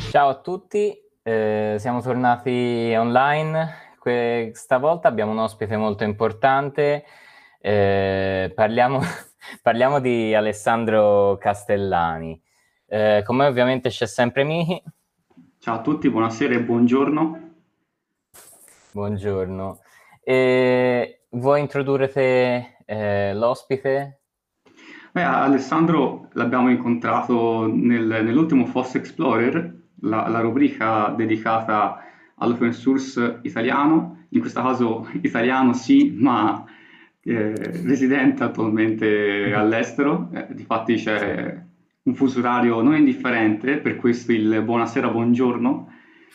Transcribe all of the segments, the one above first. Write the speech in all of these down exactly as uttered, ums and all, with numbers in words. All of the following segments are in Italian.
Ciao a tutti, eh, siamo tornati online. Questa volta abbiamo un ospite molto importante. Eh, parliamo, parliamo di Alessandro Castellani. Eh, con me ovviamente c'è sempre Michi. Ciao a tutti, buonasera e buongiorno. Buongiorno. E vuoi introdurre te eh, l'ospite? Beh, Alessandro l'abbiamo incontrato nel- nell'ultimo Foss Explorer, la, la rubrica dedicata all'open source italiano, in questo caso italiano sì, ma eh, residente attualmente all'estero. Eh, difatti c'è un fuso orario non indifferente, per questo il buonasera, buongiorno.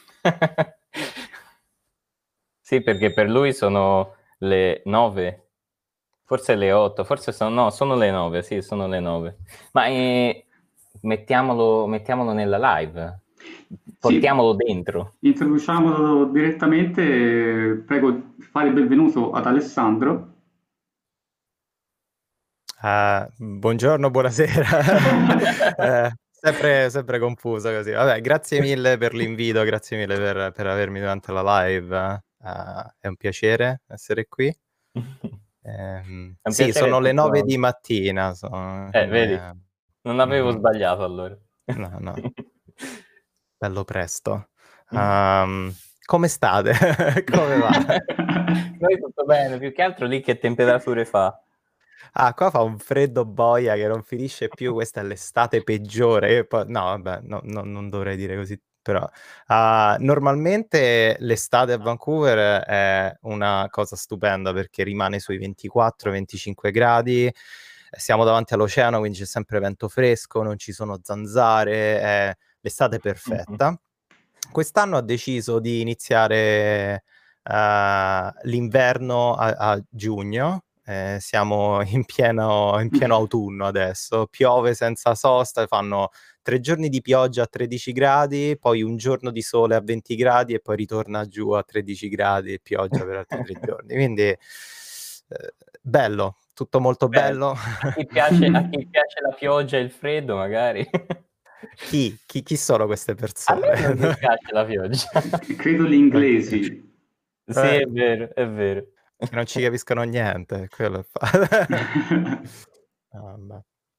Sì, perché per lui sono le nove, forse le otto, forse sono, no, sono le nove, sì, sono le nove. Ma eh, mettiamolo, mettiamolo nella live, Sì, portiamolo dentro. introduciamolo direttamente. Prego di fare il benvenuto ad Alessandro. Ah, buongiorno, buonasera. Eh, sempre, sempre confuso così. Vabbè, grazie mille per l'invito, grazie mille per, per avermi durante la live. Eh, è un piacere essere qui. Ehm, È un sì, piacere sono le nove tutto. di mattina, sono- Eh, quindi vedi, eh, non avevo mhm. sbagliato allora. No, no, bello presto. Um, come state? Come va? Noi tutto bene, più che altro lì che temperature fa? Ah, qua fa un freddo boia che non finisce più, questa è l'estate peggiore. E poi- no, vabbè, no, no, non dovrei dire così, però ah, normalmente l'estate a Vancouver è una cosa stupenda perché rimane sui ventiquattro venticinque gradi, siamo davanti all'oceano, quindi c'è sempre vento fresco, non ci sono zanzare, è l'estate Mhm. perfetta. Quest'anno ho deciso di iniziare eh, l'inverno a, a giugno. Eh, siamo in pieno, in pieno autunno adesso, piove senza sosta, fanno tre giorni di pioggia a tredici gradi, poi un giorno di sole a venti gradi e poi ritorna giù a tredici gradi e pioggia per altri tre giorni. Quindi eh, bello, tutto molto Beh, bello. a chi piace, a chi piace la pioggia e il freddo, magari. Chi, chi, chi sono queste A me persone? non dispiace la pioggia. Credo gli Ok. inglesi. Sì, Eh, è vero, è vero. che non ci capiscono niente, quello è fa- Ah, vabbè.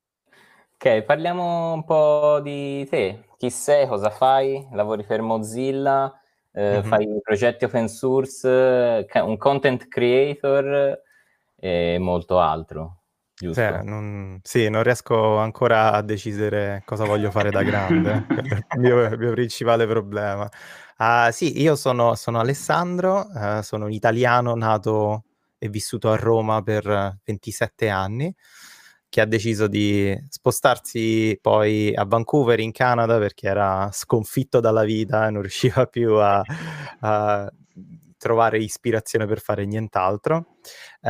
Ok, parliamo un po' di te. Chi sei, cosa fai? Lavori per Mozilla, eh, Mhm. fai progetti open source, eh, ca- un content creator e molto altro, Sì, giusto? non, sì, non riesco ancora a decidere cosa voglio fare da grande, quello è il mio, il mio principale problema. Ah, sì, io sono, sono Alessandro, eh, sono un italiano nato e vissuto a Roma per eh, ventisette anni, che ha deciso di spostarsi poi a Vancouver in Canada perché era sconfitto dalla vita e non riusciva più a, a trovare ispirazione per fare nient'altro. Eh,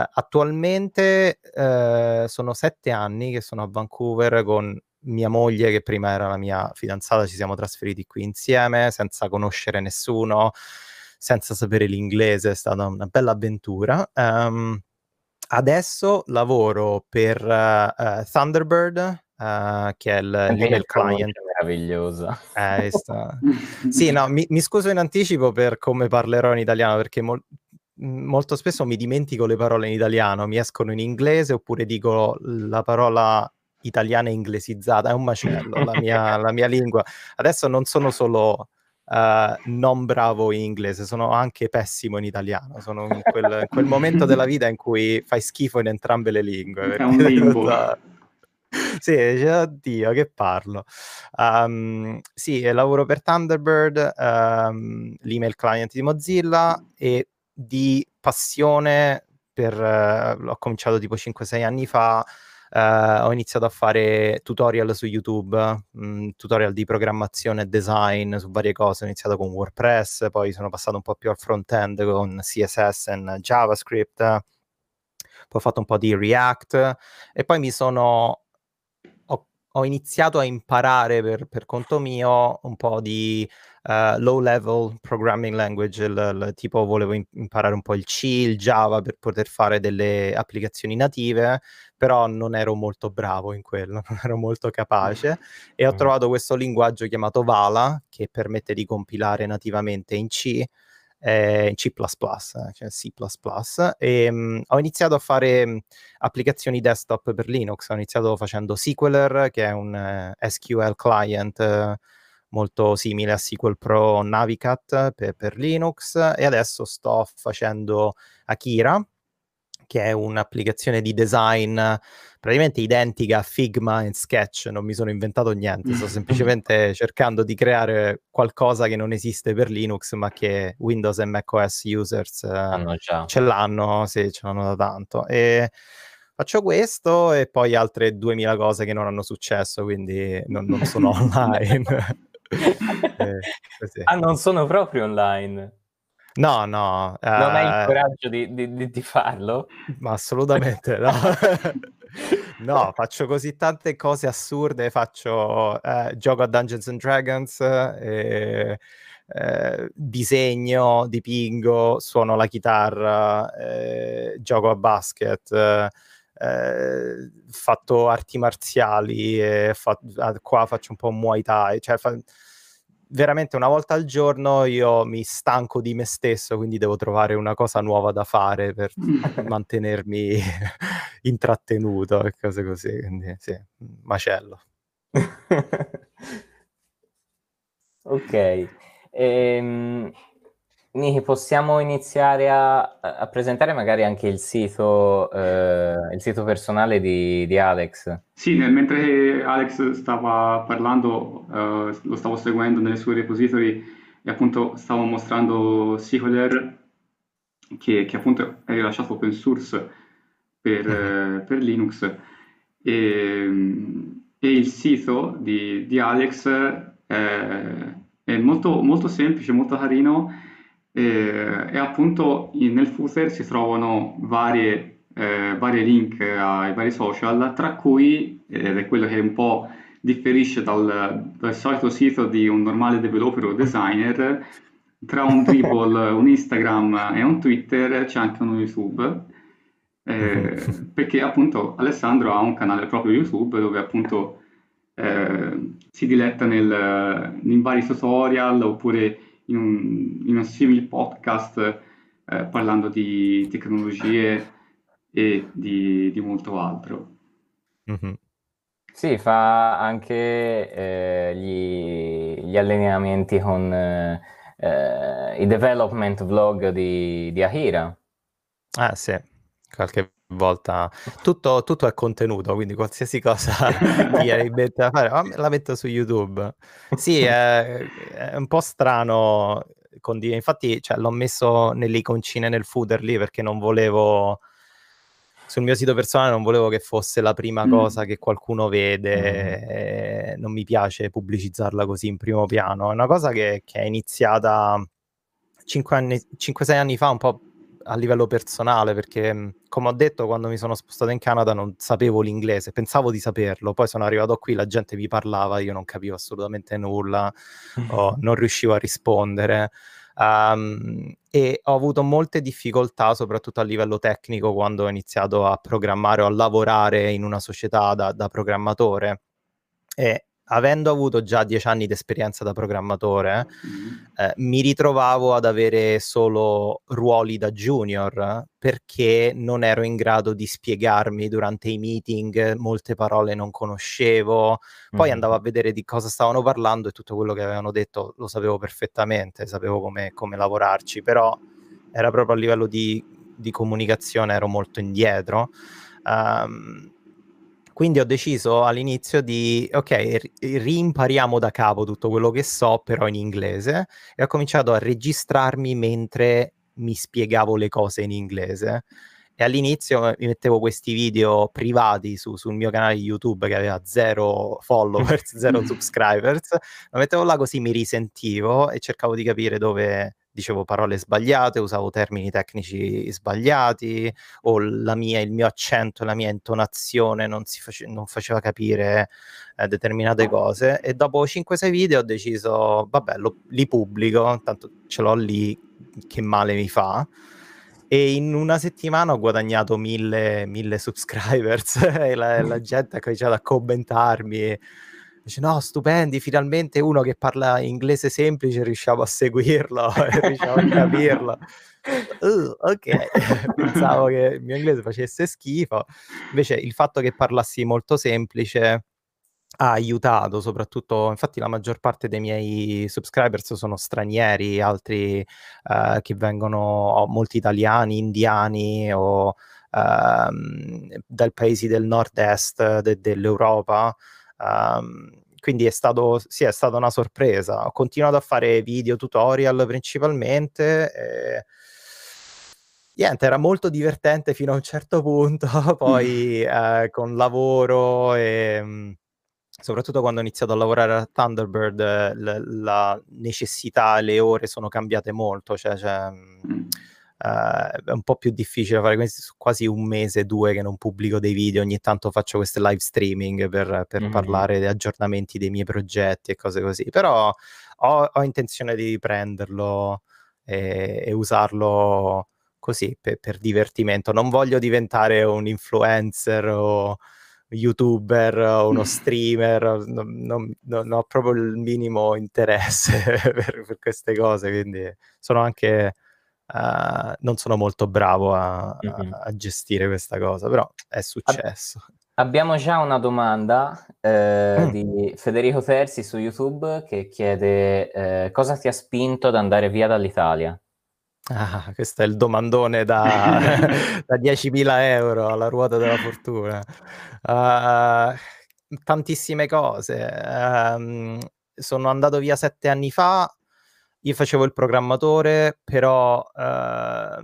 attualmente eh, sono sette anni che sono a Vancouver con mia moglie, che prima era la mia fidanzata, ci siamo trasferiti qui insieme senza conoscere nessuno, senza sapere l'inglese, è stata una bella avventura. Um, adesso lavoro per uh, Thunderbird, uh, che è l- Senti che l'email client. pronuncia meravigliosa. Eh, sta- Sì, no, mi, mi scuso in anticipo per come parlerò in italiano, perché mol- m- molto spesso mi dimentico le parole in italiano, mi escono in inglese oppure dico la parola italiana inglesizzata, è un macello, la mia, la mia lingua. Adesso non sono solo eh, non bravo in inglese, sono anche pessimo in italiano, sono in quel, in quel momento della vita in cui fai schifo in entrambe le lingue, È un perché limbo. tutta- Sì, dice, oddio, che parlo? Um, sì, eh, lavoro per Thunderbird, um, l'email client di Mozilla, e di passione per, eh, l'ho cominciato tipo cinque sei anni fa, eh, ho iniziato a fare tutorial su YouTube, mh, tutorial di programmazione e design su varie cose, ho iniziato con WordPress, poi sono passato un po' più al front-end con C S S e JavaScript, poi ho fatto un po' di React e poi mi sono ho, ho iniziato a imparare per, per conto mio un po' di uh, low level programming language, il, il, tipo volevo in, imparare un po' il C, il Java per poter fare delle applicazioni native, però non ero molto bravo in quello, non ero molto capace, e ho trovato questo linguaggio chiamato Vala, che permette di compilare nativamente in C, eh, C plus plus, cioè C plus plus, e mh, ho iniziato a fare mh, applicazioni desktop per Linux. Ho iniziato facendo Sequeler, che è un eh, S Q L client eh, molto simile a S Q L Pro Navicat per, per Linux, e adesso sto facendo Akira, che è un'applicazione di design praticamente identica a Figma e Sketch. Non mi sono inventato niente, sto semplicemente cercando di creare qualcosa che non esiste per Linux, ma che Windows e macOS users Hanno già. ce l'hanno, sì, ce l'hanno da tanto. E faccio questo e poi altre duemila cose che non hanno successo, quindi non, non sono online. eh, così. Ah, non sono proprio online? No, no. Non hai il eh, coraggio di, di, di farlo? Ma assolutamente no. No, faccio così tante cose assurde, faccio eh, gioco a Dungeons and Dragons, eh, eh, disegno, dipingo, suono la chitarra, eh, gioco a basket, eh, fatto arti marziali, e fa- qua faccio un po' Muay Thai, cioè fa- veramente una volta al giorno io mi stanco di me stesso, quindi devo trovare una cosa nuova da fare per mantenermi intrattenuto e cose così, quindi sì, macello. Ok. Ehm, Niki, possiamo iniziare a, a presentare magari anche il sito, eh, il sito personale di, di Alex? Sì, nel- mentre Alex stava parlando, eh, lo stavo seguendo nelle sue repository e appunto stavo mostrando Sequeler, che, che appunto è rilasciato open source per, Mhm. eh, per Linux, e, e il sito di, di Alex eh, è molto, molto semplice, molto carino, eh, e appunto in- nel footer si trovano varie, eh, vari link ai vari social, tra cui, ed è quello che un po' differisce dal, dal solito sito di un normale developer o designer, tra un Dribble, un Instagram e un Twitter c'è anche uno YouTube, eh, perché appunto Alessandro ha un canale proprio YouTube dove appunto eh, si diletta nel- in vari tutorial oppure in un, in un simile podcast eh, parlando di tecnologie e di, di molto altro. Mhm. Sì, fa anche eh, gli, gli allenamenti con eh, eh, i development vlog di, di Akira. Ah sì, qualche volta tutto, tutto è contenuto, quindi qualsiasi cosa ti viene in mente da fare, oh, la metto su YouTube. Sì, è, è un po' strano, condiv- infatti cioè, l'ho messo nelle iconcine nel footer lì perché non volevo, sul mio sito personale non volevo che fosse la prima cosa Mm. che qualcuno vede, e non mi piace pubblicizzarla così in primo piano. È una cosa che, che è iniziata cinque sei anni fa, un po' a livello personale, perché mh, come ho detto, quando mi sono spostato in Canada non sapevo l'inglese, pensavo di saperlo, poi sono arrivato qui, la gente mi parlava, io non capivo assolutamente nulla, o non riuscivo a rispondere. Um, e ho avuto molte difficoltà, soprattutto a livello tecnico, quando ho iniziato a programmare o a lavorare in una società da, da programmatore. E avendo avuto già dieci anni di esperienza da programmatore, Mm. eh, mi ritrovavo ad avere solo ruoli da junior perché non ero in grado di spiegarmi durante i meeting, molte parole non conoscevo, poi andavo a vedere di cosa stavano parlando e tutto quello che avevano detto lo sapevo perfettamente, sapevo come, come lavorarci, però era proprio a livello di, di comunicazione ero molto indietro. Um, quindi ho deciso all'inizio di, ok, ri- rimpariamo da capo tutto quello che so, però in inglese, e ho cominciato a registrarmi mentre mi spiegavo le cose in inglese. E all'inizio mi mettevo questi video privati su, sul mio canale YouTube che aveva zero followers, zero subscribers, lo mettevo là così mi risentivo e cercavo di capire dove, dicevo parole sbagliate, usavo termini tecnici sbagliati, o la mia, il mio accento, la mia intonazione non, si face, non faceva capire eh, determinate cose, e dopo cinque sei video ho deciso, vabbè, lo, li pubblico, tanto ce l'ho lì, che male mi fa. E in una settimana ho guadagnato mille, mille subscribers e la, la gente ha cominciato a commentarmi, dice no, stupendi, finalmente uno che parla inglese semplice riusciamo a seguirlo, riusciamo a capirlo. Uh, ok, pensavo che il mio inglese facesse schifo, invece il fatto che parlassi molto semplice ha aiutato, soprattutto, infatti la maggior parte dei miei subscribers sono stranieri, altri uh, che vengono, molti italiani, indiani o uh, dai paesi del nord-est de- dell'Europa. Um, quindi è stato, sì, è stata una sorpresa. Ho continuato a fare video tutorial principalmente e niente, era molto divertente fino a un certo punto, poi eh, con lavoro e mh, soprattutto quando ho iniziato a lavorare a Thunderbird, eh, l- la necessità, le ore sono cambiate molto, cioè, cioè mh, Uh, è un po' più difficile fare questo, quasi un mese, due che non pubblico dei video, ogni tanto faccio queste live streaming per, per mm-hmm. parlare di aggiornamenti dei miei progetti e cose così, però ho, ho intenzione di riprenderlo e, e usarlo così per, per divertimento. Non voglio diventare un influencer o youtuber o uno streamer, non, non, non ho proprio il minimo interesse per, per queste cose, quindi sono anche Uh, non sono molto bravo a, mm-hmm. a, a gestire questa cosa, però è successo. Abbiamo già una domanda eh, mm. di Federico Terzi su YouTube che chiede eh, cosa ti ha spinto ad andare via dall'Italia? Ah, questo è il domandone da, da diecimila euro alla ruota della fortuna. Uh, tantissime cose. Um, sono andato via sette anni fa. Io facevo il programmatore, però uh,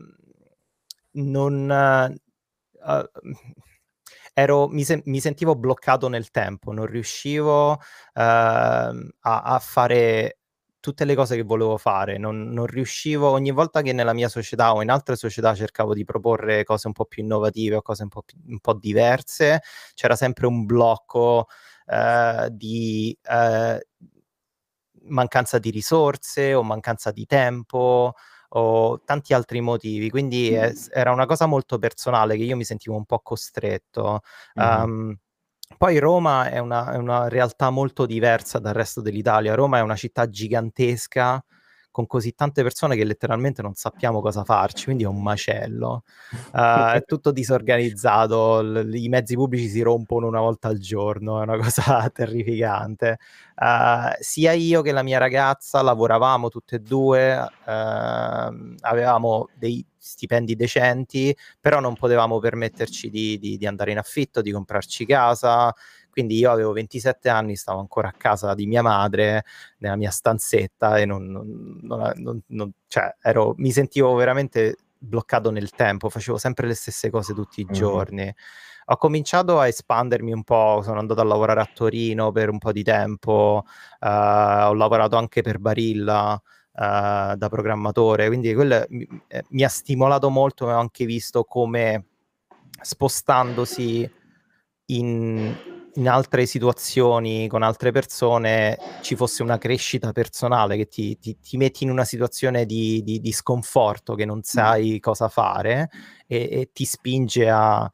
non... Uh, ero, mi, sen- mi sentivo bloccato nel tempo, non riuscivo uh, a, a fare tutte le cose che volevo fare, non, non riuscivo, ogni volta che nella mia società o in altre società cercavo di proporre cose un po' più innovative o cose un po', più, un po' diverse, c'era sempre un blocco uh, di... Uh, mancanza di risorse o mancanza di tempo o tanti altri motivi, quindi è, era una cosa molto personale che io mi sentivo un po' costretto. Mm-hmm. Um, poi Roma è una, è una realtà molto diversa dal resto dell'Italia. Roma è una città gigantesca con così tante persone che letteralmente non sappiamo cosa farci, quindi è un macello. Uh, è tutto disorganizzato, l- i mezzi pubblici si rompono una volta al giorno, è una cosa terrificante. Uh, sia io che la mia ragazza lavoravamo tutte e due, uh, avevamo dei stipendi decenti, però non potevamo permetterci di, di, di andare in affitto, di comprarci casa. Quindi io avevo ventisette anni, stavo ancora a casa di mia madre, nella mia stanzetta, e non, non, non, non, non cioè, ero, mi sentivo veramente bloccato nel tempo, facevo sempre le stesse cose tutti i giorni. Mm-hmm. Ho cominciato a espandermi un po', sono andato a lavorare a Torino per un po' di tempo, uh, ho lavorato anche per Barilla uh, da programmatore, quindi quello mi, eh, mi ha stimolato molto, e ho anche visto come spostandosi in... in altre situazioni con altre persone ci fosse una crescita personale, che ti, ti, ti metti in una situazione di, di, di sconforto, che non sai cosa fare, e, e ti spinge a,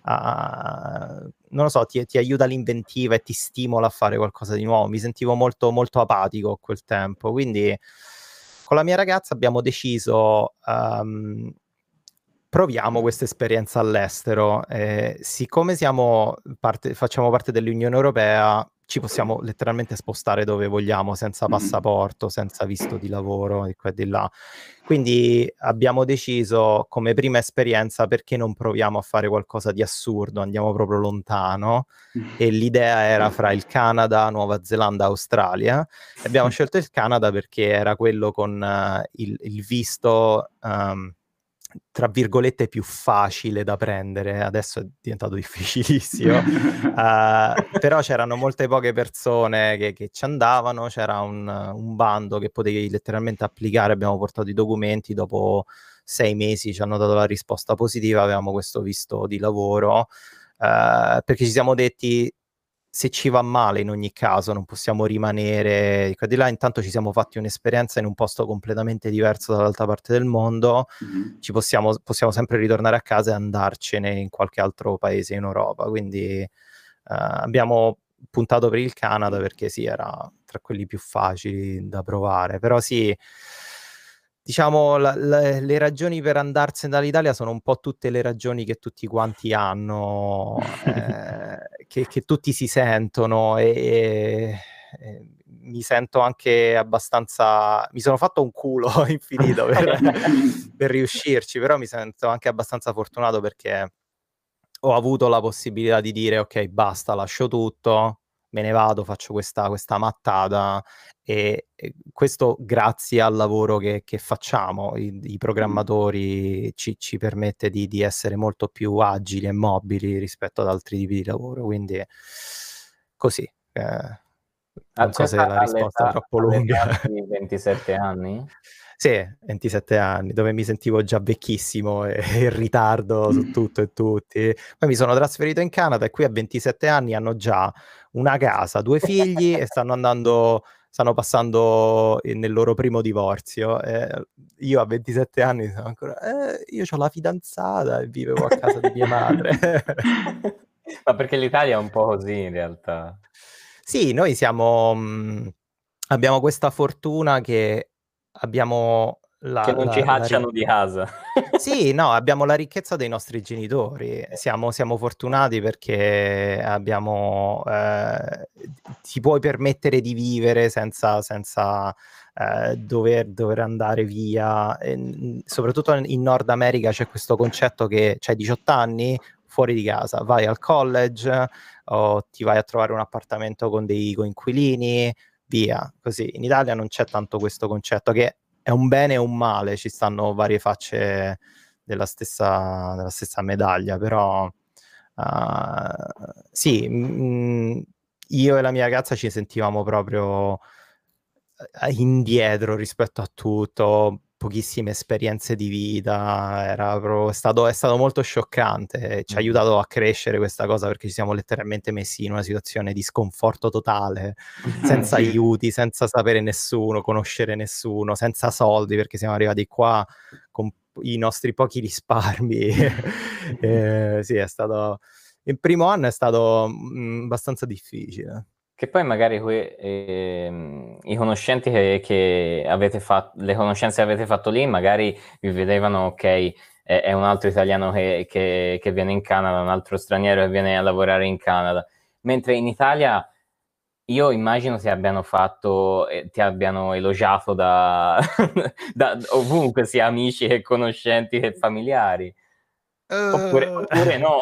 a non lo so, ti, ti aiuta l'inventiva e ti stimola a fare qualcosa di nuovo. Mi sentivo molto molto apatico a quel tempo, quindi con la mia ragazza abbiamo deciso um, proviamo questa esperienza all'estero. Eh, siccome siamo parte, facciamo parte dell'Unione Europea, ci possiamo letteralmente spostare dove vogliamo, senza passaporto, senza visto di lavoro, di qua e di là. Quindi abbiamo deciso, come prima esperienza, perché non proviamo a fare qualcosa di assurdo, andiamo proprio lontano. E l'idea era fra il Canada, Nuova Zelanda, Australia. E abbiamo scelto il Canada perché era quello con uh, il, il visto... Um, tra virgolette più facile da prendere, adesso è diventato difficilissimo, uh, però c'erano molte poche persone che, che ci andavano, c'era un, un bando che potevi letteralmente applicare, abbiamo portato i documenti, dopo sei mesi ci hanno dato la risposta positiva, avevamo questo visto di lavoro, uh, perché ci siamo detti se ci va male in ogni caso non possiamo rimanere di qua di là, intanto ci siamo fatti un'esperienza in un posto completamente diverso dall'altra parte del mondo, mm-hmm. ci possiamo, possiamo sempre ritornare a casa e andarcene in qualche altro paese in Europa, quindi uh, abbiamo puntato per il Canada perché sì, era tra quelli più facili da provare, però sì, diciamo, la, la, le ragioni per andarsene dall'Italia sono un po' tutte le ragioni che tutti quanti hanno, eh, che, che tutti si sentono e, e, e mi sento anche abbastanza, mi sono fatto un culo infinito per, per riuscirci, però mi sento anche abbastanza fortunato perché ho avuto la possibilità di dire ok, basta, lascio tutto, me ne vado, faccio questa, questa mattata e, e questo grazie al lavoro che, che facciamo, i, i programmatori ci, ci permette di, di essere molto più agili e mobili rispetto ad altri tipi di lavoro, quindi così. Eh, non so se la risposta è troppo lunga. Di ventisette anni? Sì, ventisette anni, dove mi sentivo già vecchissimo e in ritardo su tutto e tutti. Poi mi sono trasferito in Canada e qui a ventisette anni hanno già una casa, due figli e stanno andando, stanno passando nel loro primo divorzio. Eh, io a ventisette anni sono ancora, eh, io ho la fidanzata e vivevo a casa di mia madre. Ma perché l'Italia è un po' così in realtà. Sì, noi siamo, mh, abbiamo questa fortuna che abbiamo la, che non la, ci cacciano la... di casa. Sì, no, abbiamo la ricchezza dei nostri genitori, siamo, siamo fortunati perché abbiamo, eh, ti puoi permettere di vivere senza, senza eh, dover, dover andare via, e, soprattutto in Nord America c'è questo concetto che c'hai diciotto anni, fuori di casa, vai al college o ti vai a trovare un appartamento con dei coinquilini, via, così. In Italia non c'è tanto questo concetto che è un bene e un male, ci stanno varie facce della stessa, della stessa medaglia, però uh, sì, mh, io e la mia ragazza ci sentivamo proprio indietro rispetto a tutto, pochissime esperienze di vita, era proprio, è stato, è stato molto scioccante, ci ha aiutato a crescere questa cosa perché ci siamo letteralmente messi in una situazione di sconforto totale, senza sì. aiuti, senza sapere nessuno, conoscere nessuno, senza soldi perché siamo arrivati qua con i nostri pochi risparmi. eh, sì, è stato... Il primo anno è stato mh, abbastanza difficile. Che poi magari que- ehm, i conoscenti che, che avete fatto, le conoscenze che avete fatto lì, magari vi vedevano, ok, è, è un altro italiano che, che, che viene in Canada, un altro straniero che viene a lavorare in Canada. Mentre in Italia io immagino ti abbiano fatto, eh, ti abbiano elogiato da, da ovunque, sia amici che conoscenti che familiari. Uh, oppure, oppure no.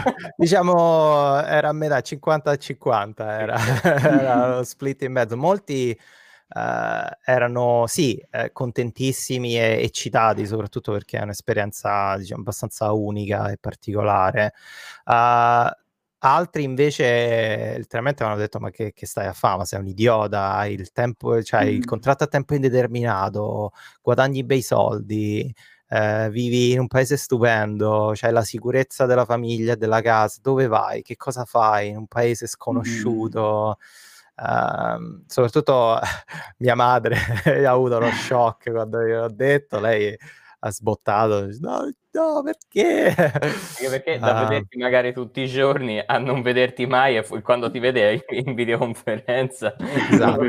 Diciamo era a metà, cinquanta a cinquanta era, era lo split in mezzo. Molti uh, erano sì eh, contentissimi e eccitati, soprattutto perché è un'esperienza diciamo abbastanza unica e particolare. Uh, altri invece letteralmente mi hanno detto ma che, che stai a fare, ma sei un idiota, hai il tempo, cioè mm. il contratto a tempo indeterminato, guadagni bei soldi, eh, vivi in un paese stupendo, c'hai la sicurezza della famiglia e della casa, dove vai, che cosa fai in un paese sconosciuto, mm. uh, soprattutto mia madre ha avuto uno shock quando io ho detto, lei ha sbottato, no, no, perché? Anche perché da uh, vederti magari tutti i giorni a non vederti mai e fu- quando ti vede in videoconferenza esatto.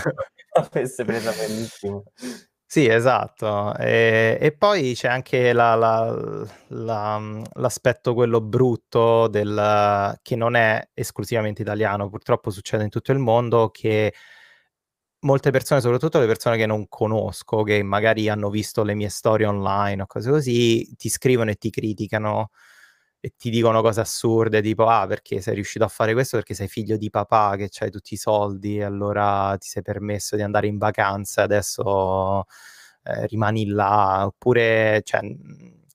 avesse presa benissimo. Sì, esatto. E, e poi c'è anche la, la, la, l'aspetto quello brutto del, che non è esclusivamente italiano, purtroppo succede in tutto il mondo, che molte persone, soprattutto le persone che non conosco, che magari hanno visto le mie storie online o cose così, ti scrivono e ti criticano e ti dicono cose assurde, tipo ah, perché sei riuscito a fare questo? Perché sei figlio di papà che c'hai tutti i soldi e allora ti sei permesso di andare in vacanza e adesso eh, rimani là, oppure cioè,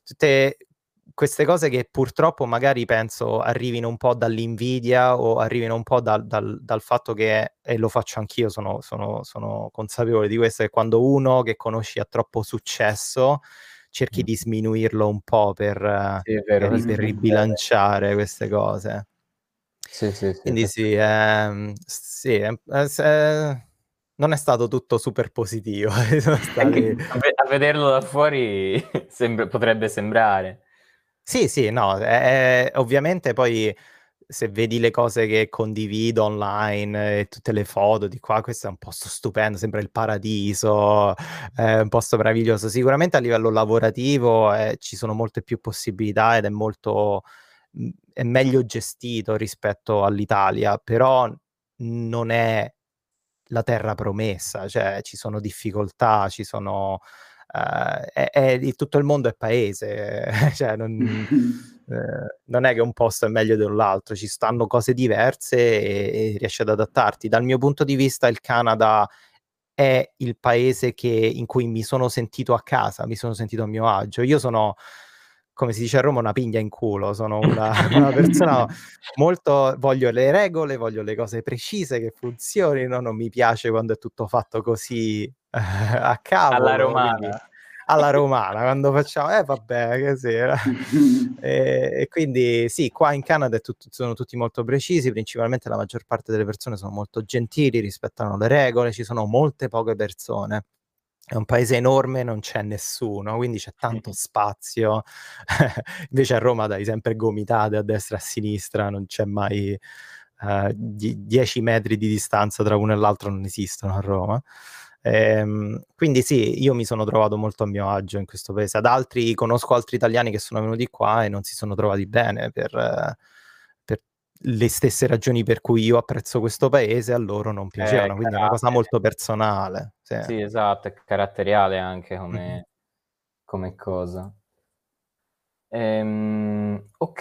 tutte queste cose che purtroppo magari penso arrivino un po' dall'invidia o arrivino un po' dal, dal, dal fatto che, e lo faccio anch'io, sono, sono, sono consapevole di questo, che quando uno che conosci ha troppo successo cerchi di sminuirlo un po' per, Sì, è vero, per, questo per succede. ribilanciare queste cose. Sì, sì, sì, Quindi questo- sì, ehm, sì, eh, eh, non è stato tutto super positivo. Sono È che stati... a ve- a vederlo da fuori sembra- potrebbe sembrare. Sì, sì, no, eh, ovviamente poi se vedi le cose che condivido online e tutte le foto di qua, questo è un posto stupendo, sembra il paradiso, è un posto meraviglioso. Sicuramente a livello lavorativo eh, ci sono molte più possibilità ed è molto, mh, è meglio gestito rispetto all'Italia, però non è la terra promessa, cioè ci sono difficoltà, ci sono... eh, è- è- di tutto il mondo è paese, cioè non, eh, non è che un posto è meglio dell'altro, ci stanno cose diverse e, e riesci ad adattarti. Dal mio punto di vista il Canada è il paese che, in cui mi sono sentito a casa, mi sono sentito a mio agio. Io sono, come si dice a Roma, una piglia in culo, sono una, una persona molto, voglio le regole, voglio le cose precise che funzionino, non mi piace quando è tutto fatto così eh, a Alla cavolo, quindi romana. alla romana, quando facciamo, eh vabbè, che sì. E, e quindi sì, qua in Canada è tut- sono tutti molto precisi, principalmente la maggior parte delle persone sono molto gentili, rispettano le regole, ci sono molte poche persone. È un paese enorme, non c'è nessuno, quindi c'è tanto spazio. Invece a Roma dai sempre gomitate a destra e a sinistra, non c'è mai eh, die- dieci metri di distanza tra uno e l'altro, non esistono a Roma. Ehm, quindi sì, io mi sono trovato molto a mio agio in questo paese. Ad altri, conosco altri italiani che sono venuti qua e non si sono trovati bene per, eh, per le stesse ragioni per cui io apprezzo questo paese, a loro non Eh, piacevano, quindi è una cosa carattere. molto personale. Sì. Sì, esatto, è caratteriale anche Mhm. come, come cosa. Ehm, ok,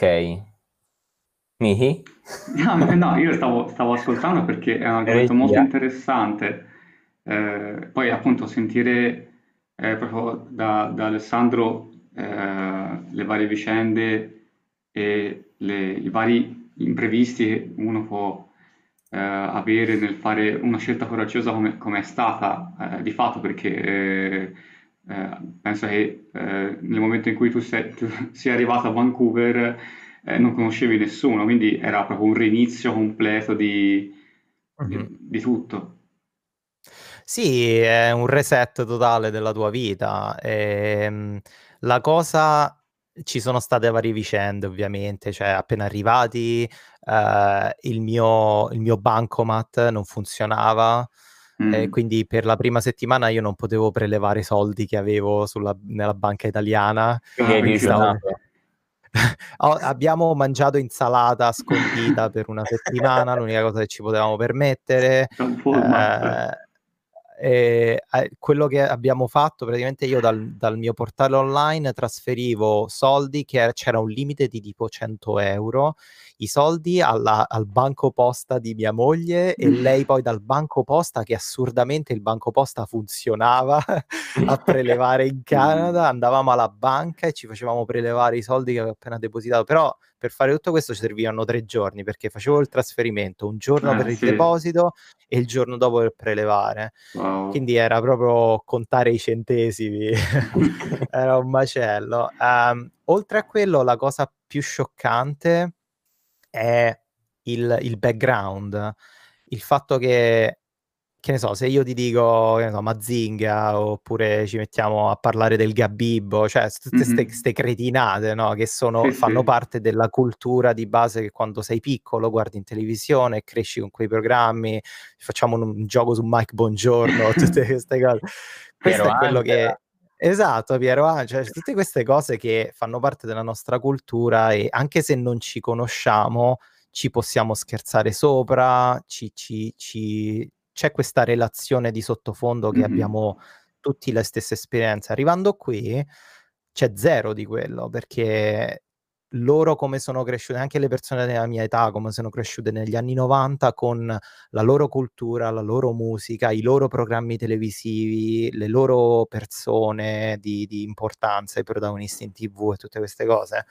Mihi? No, no, io stavo, stavo ascoltando perché è un argomento molto Regia? interessante. Eh, poi appunto sentire eh, proprio da, da Alessandro eh, le varie vicende e le- i vari imprevisti che uno può eh, avere nel fare una scelta coraggiosa come, come è stata eh, di fatto, perché eh, eh, penso che eh, nel momento in cui tu sei, tu sia arrivato a Vancouver eh, non conoscevi nessuno, quindi era proprio un rinizio completo di, di- Mhm. di tutto. Sì, è un reset totale della tua vita. Ehm, la cosa, ci sono state varie vicende, ovviamente, cioè appena arrivati, eh, il mio, il mio bancomat non funzionava, e Mm. quindi per la prima settimana io non potevo prelevare i soldi che avevo sulla- nella banca italiana. Quindi hai Quindi stavo... digiunato? Ho- abbiamo mangiato insalata scondita per una settimana, l'unica cosa che ci potevamo permettere. Dal format. Eh, e, eh, quello che abbiamo fatto, praticamente io dal, dal mio portale online trasferivo soldi, che era- c'era un limite di tipo cento euro, i soldi alla- al banco posta di mia moglie, e lei poi dal banco posta, che assurdamente il banco posta funzionava, a prelevare in Canada, andavamo alla banca e ci facevamo prelevare i soldi che avevo appena depositato, però per fare tutto questo ci servivano tre giorni, perché facevo il trasferimento, un giorno per Eh il sì, deposito e il giorno dopo per prelevare. wow. Quindi era proprio contare i centesimi, era un macello. Ehm, oltre a quello, la cosa più scioccante è il, il background, il fatto che, che ne so, se io ti dico, che ne so, Mazinga, oppure ci mettiamo a parlare del Gabibbo, cioè s- tutte Mhm. queste cretinate, no? Che sono, Sì, fanno sì. parte della cultura di base, che quando sei piccolo guardi in televisione e cresci con quei programmi, facciamo un, un gioco su Mike Bongiorno, tutte queste cose. Piero Questo è quello Angela? che... Esatto, Piero Angela, cioè, tutte queste cose che fanno parte della nostra cultura e anche se non ci conosciamo, ci possiamo scherzare sopra, ci, ci- ci- c'è questa relazione di sottofondo che Mhm. abbiamo tutti le stesse esperienze. Arrivando qui c'è zero di quello, perché loro come sono cresciute, anche le persone della mia età, come sono cresciute negli anni novanta con la loro cultura, la loro musica, i loro programmi televisivi, le loro persone di, di importanza, i protagonisti in tivù e tutte queste cose.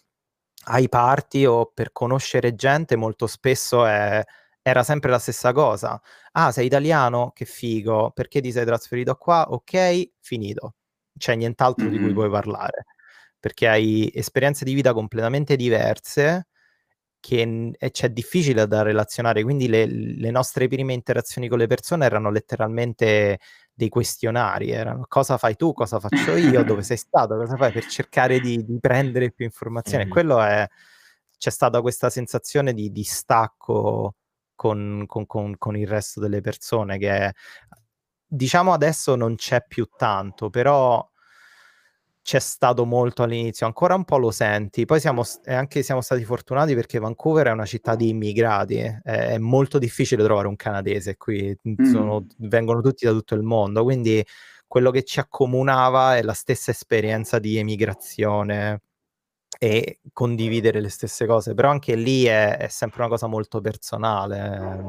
Ai party o per conoscere gente molto spesso è, era sempre la stessa cosa. Ah, sei italiano? Che figo. Perché ti sei trasferito qua? Ok, finito. C'è nient'altro di cui Mhm. puoi parlare. Perché hai esperienze di vita completamente diverse che n- e c'è difficile da relazionare. Quindi le, le nostre prime interazioni con le persone erano letteralmente dei questionari, erano cosa fai tu, cosa faccio io, dove sei stato, cosa fai, per cercare di, di prendere più informazioni. E Mhm. quello è, c'è stata questa sensazione di, di stacco con, con- con- con il resto delle persone che diciamo adesso non c'è più tanto, però c'è stato molto all'inizio, ancora un po' lo senti. Poi siamo s- e anche siamo stati fortunati perché Vancouver è una città di immigrati, è, è molto difficile trovare un canadese qui, sono- Mm. vengono tutti da tutto il mondo, quindi quello che ci accomunava è la stessa esperienza di emigrazione e condividere le stesse cose, però anche lì è, è sempre una cosa molto personale.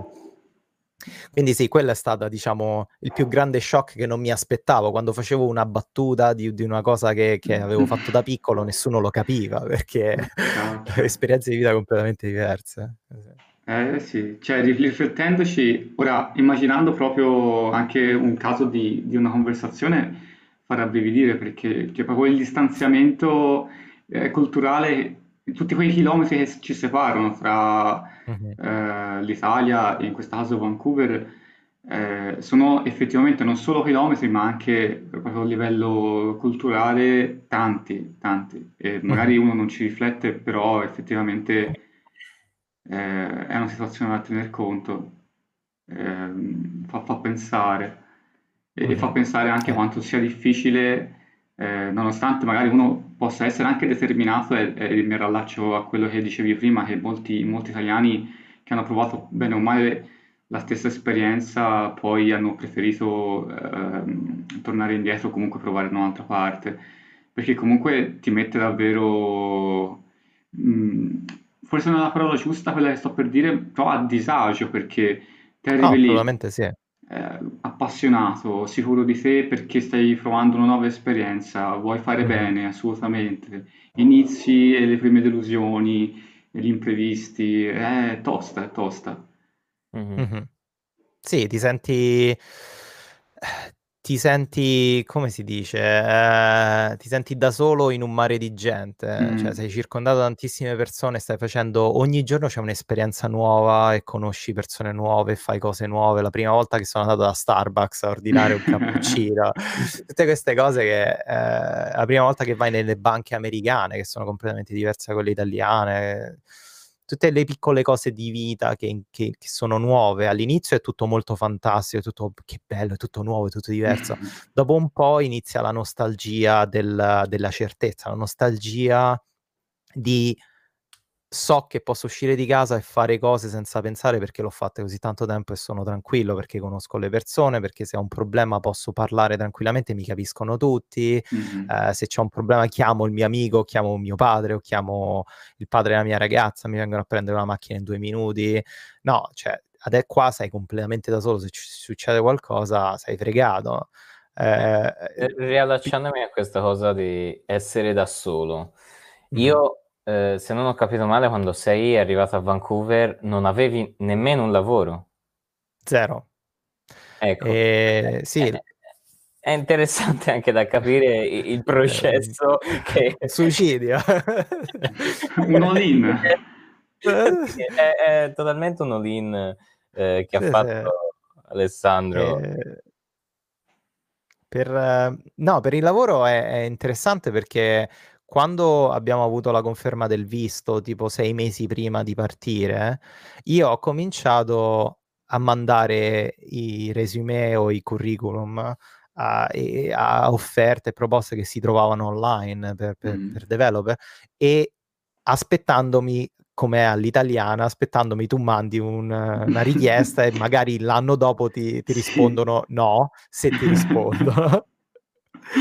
Quindi sì, quello è stato, diciamo, il più grande shock che non mi aspettavo. Quando facevo una battuta di, di una cosa che, che avevo fatto da piccolo, nessuno lo capiva, perché Cacchio. esperienze di vita completamente diverse. Eh sì, cioè ri- riflettendoci, ora immaginando proprio anche un caso di, di una conversazione, fa rabbrividire perché c'è proprio il distanziamento eh, culturale, tutti quei chilometri che ci separano fra Mhm. eh, l'Italia e in questo caso Vancouver, eh, sono effettivamente non solo chilometri, ma anche proprio a livello culturale tanti, tanti. E magari Mhm. uno non ci riflette, però effettivamente eh, è una situazione da tener conto, ehm, fa, fa pensare e, e fa Mhm. pensare anche Eh, quanto sia difficile, eh, nonostante magari uno possa essere anche determinato, e, e mi rallaccio a quello che dicevi prima, che molti, molti italiani che hanno provato bene o male la stessa esperienza poi hanno preferito ehm, tornare indietro o comunque provare da un'altra parte, perché comunque ti mette davvero mh, forse non è la parola giusta quella che sto per dire, però a disagio perché ti no, arrivi lì assolutamente sì. eh, appassionato, sicuro di te perché stai provando una nuova esperienza, vuoi fare Mhm. bene, assolutamente. Inizi e le prime delusioni, e gli imprevisti, è tosta, è tosta. Mhm. Mhm. Sì, ti senti, ti senti, come si dice, Eh, ti senti da solo in un mare di gente, cioè Mm. sei circondato da tantissime persone, stai facendo, ogni giorno c'è un'esperienza nuova e conosci persone nuove, fai cose nuove. La prima volta che sono andato da Starbucks a ordinare un cappuccino, tutte queste cose che, eh, la prima volta che vai nelle banche americane, che sono completamente diverse da quelle italiane, tutte le piccole cose di vita che, che- che sono nuove. All'inizio è tutto molto fantastico, è tutto che bello, è tutto nuovo, è tutto diverso. Dopo un po' inizia la nostalgia del- della certezza, la nostalgia di so che posso uscire di casa e fare cose senza pensare perché l'ho fatte così tanto tempo e sono tranquillo, perché conosco le persone, perché se ho un problema posso parlare tranquillamente, mi capiscono tutti. Mhm. Eh, se c'è un problema chiamo il mio amico, chiamo mio padre o chiamo il padre della mia ragazza, mi vengono a prendere una macchina in due minuti. No, cioè, adesso qua sei completamente da solo, se ci succede qualcosa sei fregato. Eh, Eh, pi- Riallacciandomi a questa cosa di essere da solo, Mhm. io, eh, se non ho capito male, quando sei arrivato a Vancouver non avevi nemmeno un lavoro. Zero. Ecco, Eh, è, sì, è interessante anche da capire i- il eh, un processo che... un suicidio. Un all-in. Sì, è, è totalmente un all-in eh, che ha Sì, sì. fatto Alessandro. Eh, per, eh, no, per il lavoro è, è interessante perché quando abbiamo avuto la conferma del visto, tipo sei mesi prima di partire, io ho cominciato a mandare i resume o i curriculum a, e- a offerte e proposte che si trovavano online per, per, Mm. per developer e aspettandomi come all'italiana, aspettandomi tu mandi un- una richiesta e magari l'anno dopo ti, ti Sì. rispondono no, se ti rispondono.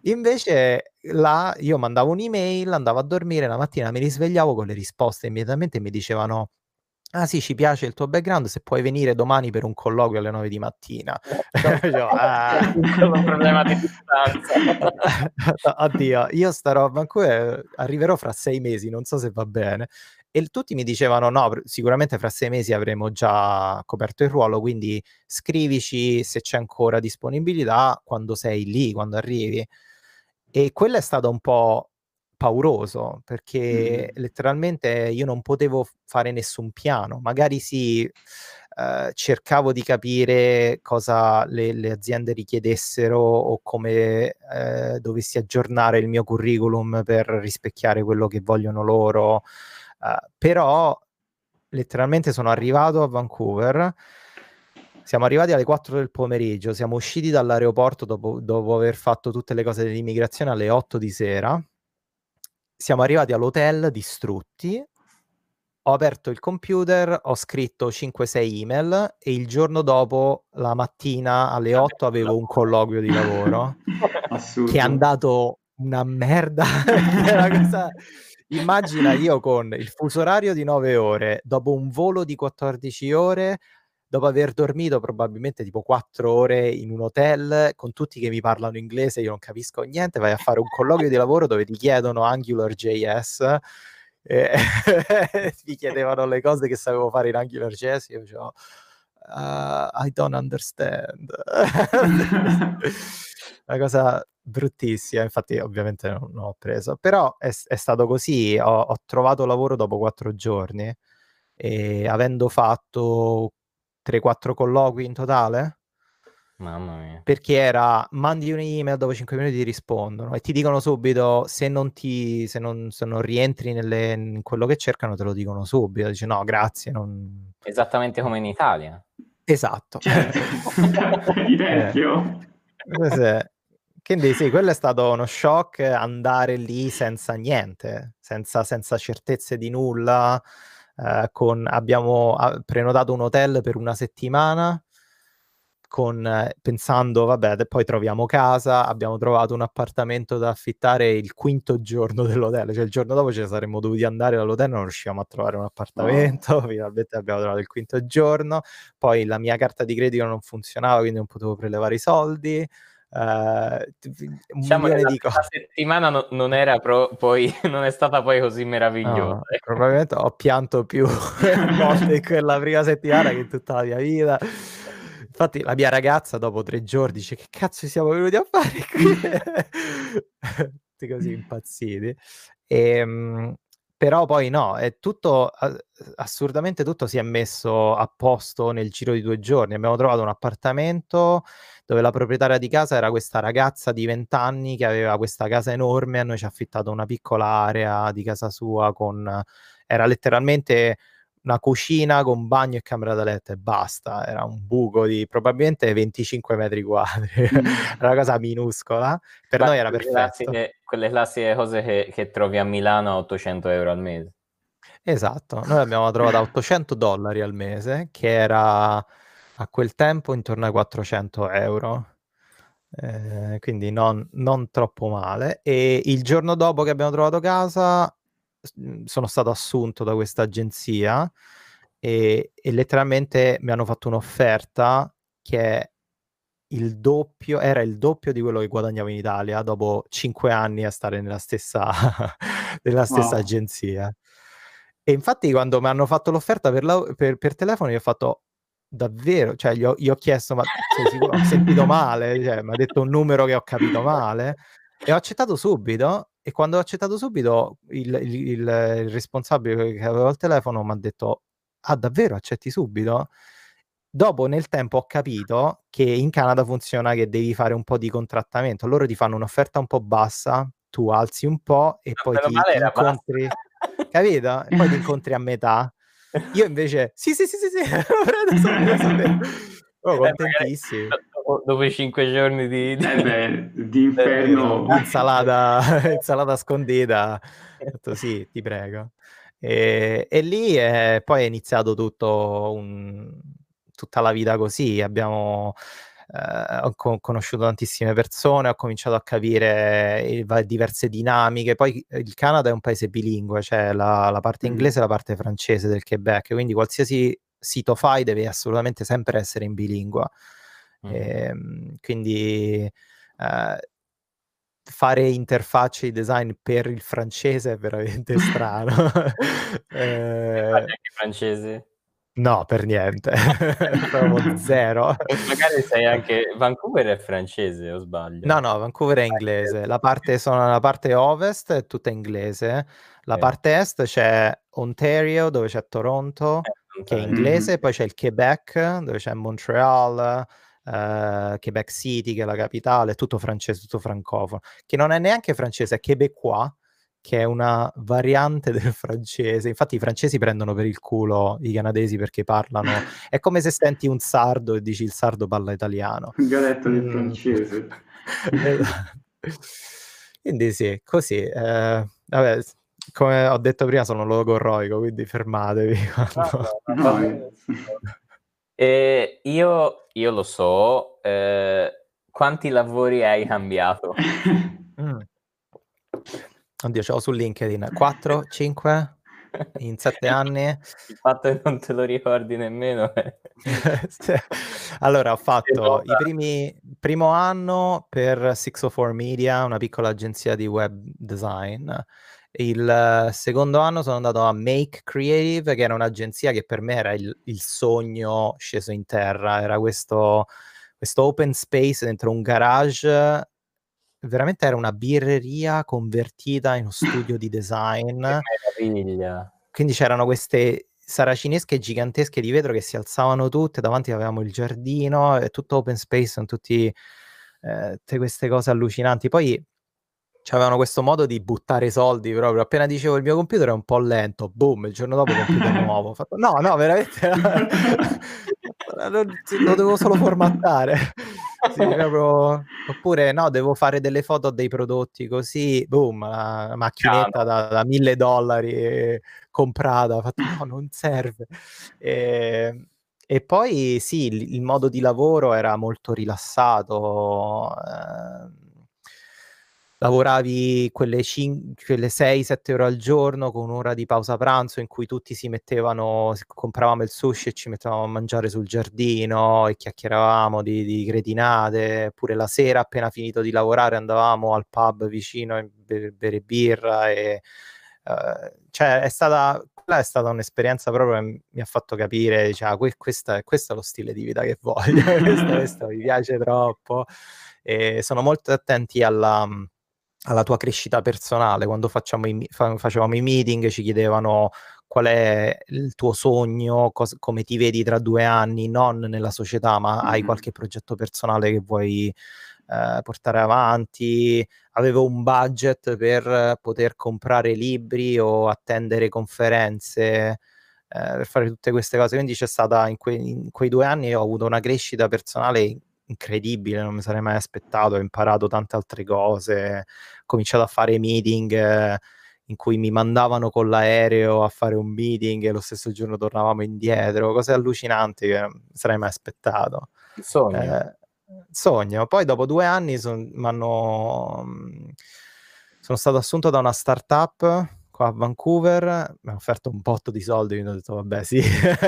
Invece là io mandavo un'email, andavo a dormire, la mattina mi risvegliavo con le risposte immediatamente e mi dicevano: ah sì, ci piace il tuo background, se puoi venire domani per un colloquio alle nove di mattina. Dicevo, ah. Un problema di distanza. Oddio, io starò a Vancouver, arriverò fra sei mesi, non so se va bene. E tutti mi dicevano, no, sicuramente fra sei mesi avremo già coperto il ruolo, quindi scrivici se c'è ancora disponibilità quando sei lì, quando arrivi. E quello è stato un po' pauroso, perché Mm. letteralmente io non potevo fare nessun piano. Magari sì, eh, cercavo di capire cosa le, le aziende richiedessero o come eh, dovessi aggiornare il mio curriculum per rispecchiare quello che vogliono loro. Uh, però letteralmente sono arrivato a Vancouver, siamo arrivati alle quattro del pomeriggio, siamo usciti dall'aeroporto dopo, dopo aver fatto tutte le cose dell'immigrazione alle otto di sera, siamo arrivati all'hotel distrutti, ho aperto il computer, ho scritto cinque sei email e il giorno dopo, la mattina alle otto, avevo un colloquio di lavoro che è Assurdo. andato una merda. Che è una cosa... Immagina io con il fuso orario di nove ore, dopo un volo di quattordici ore, dopo aver dormito probabilmente tipo quattro ore in un hotel, con tutti che mi parlano inglese, io non capisco niente, vai a fare un colloquio di lavoro dove ti chiedono AngularJS, e mi chiedevano le cose che sapevo fare in AngularJS, io dicevo, uh, I don't understand. Una cosa bruttissima, infatti ovviamente non, non ho preso, però è, è stato così, ho, ho trovato lavoro dopo quattro giorni e avendo fatto tre quattro colloqui in totale, Mamma mia. perché era mandi un'email, dopo cinque minuti ti rispondono e ti dicono subito se non ti se non, se non rientri nelle, in quello che cercano te lo dicono subito, dice no grazie, non... Esattamente come in Italia. Esatto. Certo, identico. Eh, quindi sì, quello è stato uno shock, andare lì senza niente, senza, senza certezze di nulla. Eh, con, abbiamo ah, prenotato un hotel per una settimana con, eh, pensando, vabbè, poi troviamo casa, abbiamo trovato un appartamento da affittare il quinto giorno dell'hotel, cioè il giorno dopo ce ne saremmo dovuti andare dall'hotel, non riuscivamo a trovare un appartamento, oh. Finalmente abbiamo trovato il quinto giorno, poi la mia carta di credito non funzionava, quindi non potevo prelevare i soldi. Uh, un diciamo milione che la di cose. prima settimana no, non era pro, poi non è stata poi così meravigliosa. No, probabilmente ho pianto più volte in quella prima settimana che in tutta la mia vita. Infatti la mia ragazza dopo tre giorni dice che cazzo siamo venuti a fare qui? Tutti così impazziti. E, però poi no, è tutto, assurdamente tutto si è messo a posto nel giro di due giorni. Abbiamo trovato un appartamento dove la proprietaria di casa era questa ragazza di venti anni che aveva questa casa enorme, a noi ci ha affittato una piccola area di casa sua con... era letteralmente una cucina con bagno e camera da letto e basta, era un buco di probabilmente venticinque metri quadri, mm. Era una cosa minuscola, per Beh, noi era quelle perfetto. Classiche, quelle classiche cose che, che trovi a Milano a ottocento euro al mese. Esatto, noi l'abbiamo trovata a ottocento dollari al mese, che era a quel tempo intorno ai quattrocento euro. Eh, quindi non, non troppo male. E il giorno dopo che abbiamo trovato casa sono stato assunto da questa agenzia e, e letteralmente mi hanno fatto un'offerta che è il doppio, era il doppio di quello che guadagnavo in Italia dopo cinque anni a stare nella stessa, nella stessa Wow. agenzia. E infatti quando mi hanno fatto l'offerta per, la, per, per telefono io ho fatto davvero, cioè gli ho, gli ho chiesto ma sei sicuro, ho sentito male, cioè, mi ha detto un numero che ho capito male e ho accettato subito e quando ho accettato subito il, il, il, il responsabile che aveva il telefono mi ha detto ah davvero accetti subito? Dopo nel tempo ho capito che in Canada funziona che devi fare un po' di contrattamento, loro ti fanno un'offerta un po' bassa, tu alzi un po' e poi ti, ti incontri, capito? E poi ti incontri a metà. Io invece, sì, sì, sì, sì, sì, lo sapevo. Oh, contentissimi. Eh, dopo i cinque giorni di, di... Eh beh, di inferno. Eh, insalata, insalata scondita. Ho detto, sì, ti prego. E, e lì è, poi è iniziato tutto un, tutta la vita così. Abbiamo eh, ho co- conosciuto tantissime persone, ho cominciato a capire eh, va- diverse dinamiche. Poi il Canada è un paese bilingue, cioè la, la parte inglese e la parte francese del Quebec, quindi qualsiasi sito fai deve assolutamente sempre essere in bilingua. Mhm. Ehm, quindi eh, fare interfacce di design per il francese è veramente strano. Parli Eh, anche francese? no, per niente, proprio zero. Magari sei anche... Vancouver è francese, o sbaglio? No, no, Vancouver è Ah, inglese. La inglese. parte, sono la parte ovest è tutta inglese. La Ok. parte est c'è Ontario, dove c'è Toronto, Eh, che è Ontario. inglese, Mhm. poi c'è il Quebec, dove c'è Montreal, eh, Quebec City, che è la capitale, tutto francese, tutto francofono, che non è neanche francese, è québécois, che è una variante del francese. Infatti i francesi prendono per il culo i canadesi perché parlano... È come se senti un sardo e dici il sardo parla italiano. Un galetto del Mm. francese. Esatto. Quindi sì, così. eh, vabbè, s- come ho detto prima, sono logorroico, quindi fermatevi No, quando... no, no, va No, eh. benissimo. E io, io lo so, eh, quanti lavori hai cambiato? Mm. Oddio, ce l'ho su LinkedIn. quattro, cinque in sette anni. Il fatto che non te lo ricordi nemmeno è... Sì. Allora, ho fatto i denota. primi primo anno per sei oh quattro Media, una piccola agenzia di web design. Il eh, secondo anno sono andato a Make Creative, che era un'agenzia che per me era il, il sogno sceso in terra. Era questo, questo open space dentro un garage. Veramente era una birreria convertita in uno studio di design. Che meraviglia. Quindi c'erano queste saracinesche gigantesche di vetro che si alzavano tutte, davanti avevamo il giardino, e tutto open space, con tutti, eh, tutte queste cose allucinanti. Poi c'avevano questo modo di buttare soldi proprio. Appena dicevo il mio computer è un po' lento, boom, il giorno dopo computer nuovo. Ho fatto, no, no, veramente lo, lo devo solo formattare. Sì, proprio... Oppure no, devo fare delle foto dei prodotti così, boom, la macchinetta Piano. da, da mille dollari eh, comprata. Ho fatto, no, non serve. E, e poi sì, il, il modo di lavoro era molto rilassato. eh, Lavoravi quelle, cin- quelle sei sette ore al giorno con un'ora di pausa pranzo in cui tutti si mettevano, si- compravamo il sushi e ci mettevamo a mangiare sul giardino e chiacchieravamo di, di cretinate, pure la sera appena finito di lavorare andavamo al pub vicino a bere, bere birra e eh, cioè è stata, quella è stata un'esperienza proprio che mi ha fatto capire, diciamo, que- questa, questo è lo stile di vita che voglio, questo, questo mi piace troppo e sono molto attenti alla alla tua crescita personale. Quando facciamo i, fa- facevamo i meeting ci chiedevano qual è il tuo sogno, cos- come ti vedi tra due anni, non nella società, ma hai Mhm. qualche progetto personale che vuoi eh, portare avanti. Avevo un budget per poter comprare libri o attendere conferenze. eh, per fare tutte queste cose, quindi c'è stata in, que- in quei due anni ho avuto una crescita personale incredibile, non mi sarei mai aspettato, ho imparato tante altre cose, ho cominciato a fare meeting eh, in cui mi mandavano con l'aereo a fare un meeting e lo stesso giorno tornavamo indietro, cose allucinanti che non mi sarei mai aspettato. Il sogno. Eh, sogno. Poi dopo due anni son, m'hanno, mh, sono stato assunto da una startup qua a Vancouver, mi ha offerto un botto di soldi, quindi ho detto vabbè sì.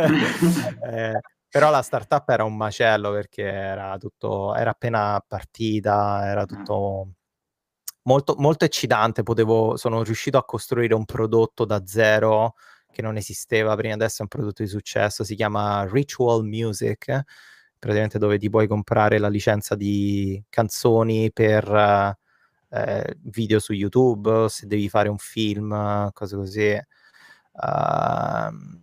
Eh, però la startup era un macello perché era tutto, era appena partita, era tutto molto, molto eccitante. Potevo, sono riuscito a costruire un prodotto da zero che non esisteva prima, adesso è un prodotto di successo, si chiama Ritual Music, praticamente dove ti puoi comprare la licenza di canzoni per eh, video su YouTube, se devi fare un film, cose così. Uh,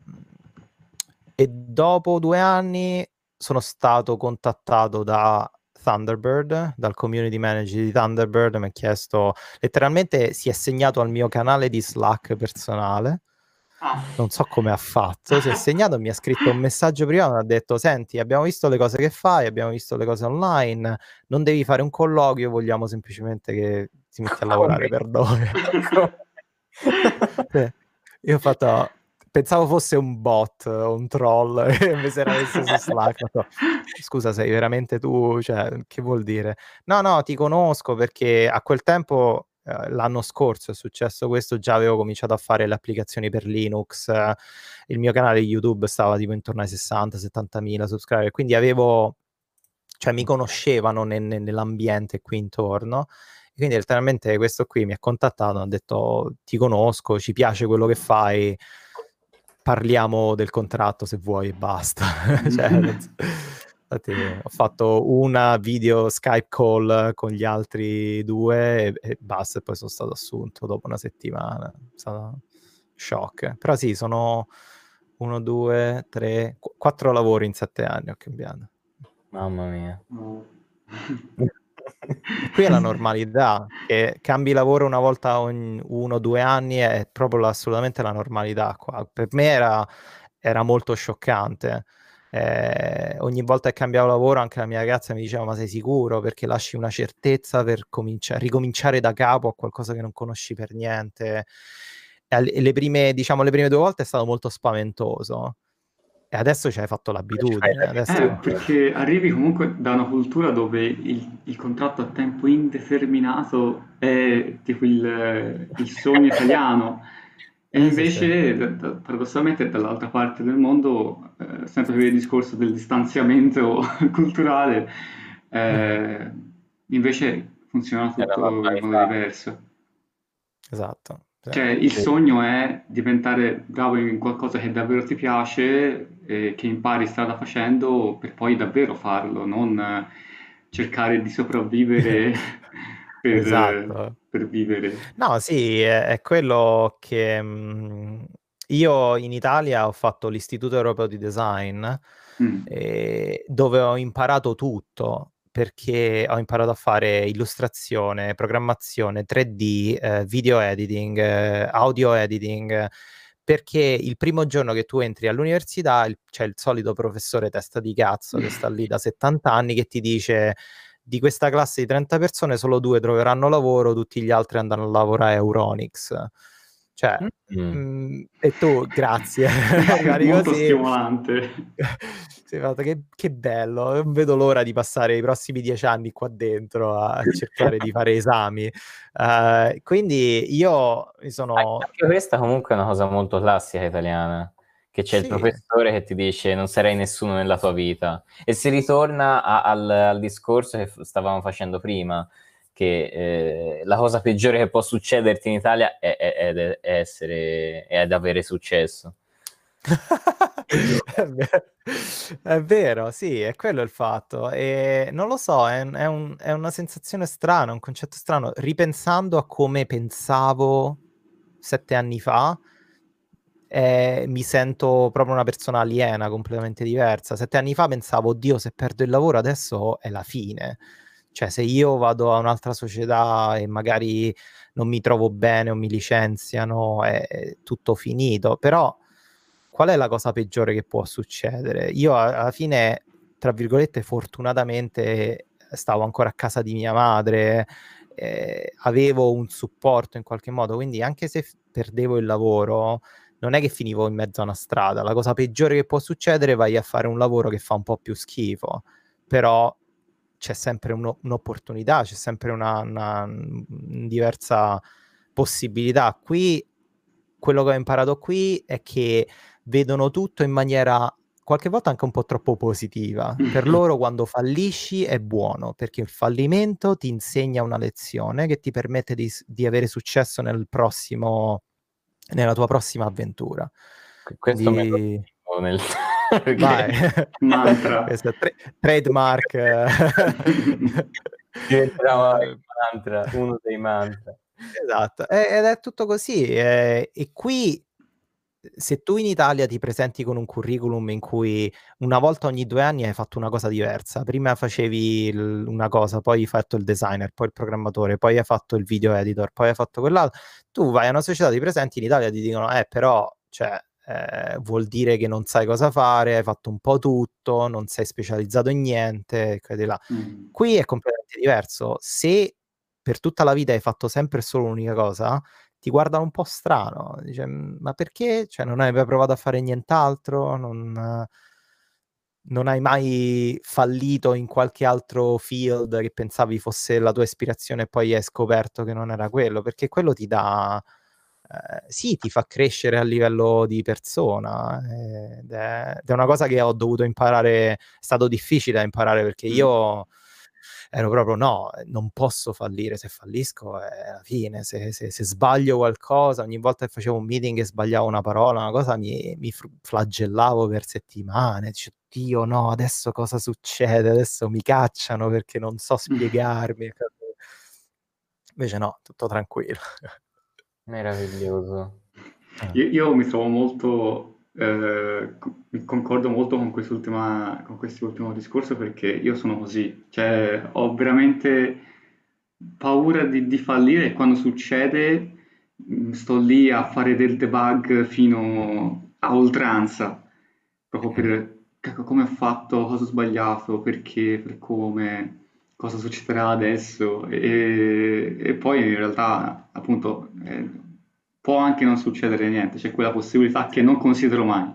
e dopo due anni sono stato contattato da Thunderbird, dal community manager di Thunderbird, mi ha chiesto, letteralmente si è segnato al mio canale di Slack personale, Ah. non so come ha fatto, si è segnato, mi ha scritto un messaggio privato, mi ha detto, senti, abbiamo visto le cose che fai, abbiamo visto le cose online, non devi fare un colloquio, vogliamo semplicemente che ti metti a lavorare Come? per noi. Come? Sì. Io ho fatto, pensavo fosse un bot o un troll che mi si era messo su Slack. No. Scusa, sei veramente tu? Cioè, che vuol dire? No, no, ti conosco perché a quel tempo, eh, l'anno scorso è successo questo, già avevo cominciato a fare le applicazioni per Linux, eh, il mio canale YouTube stava tipo intorno ai sessanta settanta mila subscriber, quindi avevo, cioè mi conoscevano ne- ne- nell'ambiente qui intorno. Quindi letteralmente questo qui mi ha contattato, ha detto ti conosco, ci piace quello che fai, parliamo del contratto se vuoi e basta. Cioè, non so. Infatti, ho fatto una video Skype call con gli altri due e, e basta, e poi sono stato assunto dopo una settimana. È stato shock. Però sì, sono uno, due, tre, qu- quattro lavori in sette anni ho cambiato. Mamma mia. Oh. E qui è la normalità, che cambi lavoro una volta ogni uno o due anni è proprio assolutamente la normalità qua. Per me era, era molto scioccante. Eh, ogni volta che cambiavo lavoro anche la mia ragazza mi diceva ma sei sicuro? Perché lasci una certezza per cominciare, ricominciare da capo a qualcosa che non conosci per niente. E alle- e le prime, diciamo, le prime due volte è stato molto spaventoso. E adesso ci hai fatto l'abitudine. Eh, Adesso... perché arrivi comunque da una cultura dove il, il contratto a tempo indeterminato è tipo il, il sogno italiano, e Eh sì, sì. invece, da- da- paradossalmente, dall'altra parte del mondo, eh, sempre per il discorso del distanziamento culturale, Mhm. eh, invece funziona Era tutto in modo normalità. diverso. Esatto. Sì. Cioè, il Sì. sogno è diventare bravo in qualcosa che davvero ti piace, e che impari strada facendo per poi davvero farlo, non eh, cercare di sopravvivere per, eh, Esatto. per vivere. No, sì, è, è quello che mh, io in Italia ho fatto l'Istituto Europeo di Design, Mm. eh, dove ho imparato tutto, perché ho imparato a fare illustrazione, programmazione, tre D, eh, video editing, eh, audio editing, perché il primo giorno che tu entri all'università il- c'è il solito professore testa di cazzo che sta lì da settanta anni che ti dice di questa classe di trenta persone solo due troveranno lavoro, tutti gli altri andranno a lavorare a Euronics. Cioè, Mm. mh, e tu, grazie, rimani Molto così. stimolante. Sì, guarda, che, che bello, non vedo l'ora di passare i prossimi dieci anni qua dentro a cercare di fare esami. Eh, quindi io mi sono... Anche questa comunque è una cosa molto classica italiana, che c'è il Sì, professore che ti dice non sarai nessuno nella tua vita. E si ritorna a- al, al discorso che f- stavamo facendo prima, che eh, la cosa peggiore che può succederti in Italia è, è- è- è essere, è ad avere successo. È vero, è vero, sì, è quello il fatto. E non lo so, è, è un- è una sensazione strana, un concetto strano. Ripensando a come pensavo sette anni fa, eh, mi sento proprio una persona aliena, completamente diversa. Sette anni fa pensavo, oddio, se perdo il lavoro adesso è la fine. Cioè, se io vado a un'altra società e magari non mi trovo bene o mi licenziano, è, è tutto finito. Però, qual è la cosa peggiore che può succedere? Io a- alla fine, tra virgolette, fortunatamente stavo ancora a casa di mia madre, eh, avevo un supporto in qualche modo, quindi anche se f- perdevo il lavoro non è che finivo in mezzo a una strada. La cosa peggiore che può succedere, vai a fare un lavoro che fa un po' più schifo, però c'è sempre uno- un'opportunità, c'è sempre una, una- una diversa possibilità. Qui, quello che ho imparato qui è che vedono tutto in maniera qualche volta anche un po' troppo positiva. Per loro quando fallisci è buono, perché il fallimento ti insegna una lezione che ti permette di, di avere successo nel prossimo, nella tua prossima avventura. Questo me lo Quindi dico nel... vai, perché Mantra. questo è tra- trademark. diventerà il Eh, mantra, uno dei mantra. esatto, e- ed è tutto così. eh, E qui, se tu in Italia ti presenti con un curriculum in cui una volta ogni due anni hai fatto una cosa diversa, prima facevi il- una cosa, poi hai fatto il designer, poi il programmatore, poi hai fatto il video editor, poi hai fatto quell'altro, tu vai a una società, ti presenti in Italia e ti dicono, eh, però, cioè, eh, vuol dire che non sai cosa fare, hai fatto un po' tutto, non sei specializzato in niente, e qua di là. Mm. Qui è completamente diverso. Se per tutta la vita hai fatto sempre e solo un'unica cosa, ti guardano un po' strano, dice, ma perché? Cioè, non hai mai provato a fare nient'altro? Non, non hai mai fallito in qualche altro field che pensavi fosse la tua ispirazione e poi hai scoperto che non era quello? Perché quello ti dà, eh, sì, ti fa crescere a livello di persona, ed è, ed è una cosa che ho dovuto imparare, è stato difficile da imparare perché Mm. io ero proprio no, non posso fallire, se fallisco è la fine, se, se, se sbaglio qualcosa, ogni volta che facevo un meeting e sbagliavo una parola, una cosa, mi, mi fr- flagellavo per settimane, dicevo, Dio no, adesso cosa succede? Adesso mi cacciano perché non so spiegarmi. Invece no, tutto tranquillo. Meraviglioso. Io, io mi trovo molto, eh, co- concordo molto con quest'ultima, con quest'ultimo discorso perché io sono così, cioè ho veramente paura di, di fallire e quando succede mh, sto lì a fare del debug fino a oltranza, proprio per "Cacchio, come ho fatto, cosa ho sbagliato, perché, per come, cosa succederà adesso e, e poi in realtà appunto eh, può anche non succedere niente, c'è quella possibilità che non considero mai.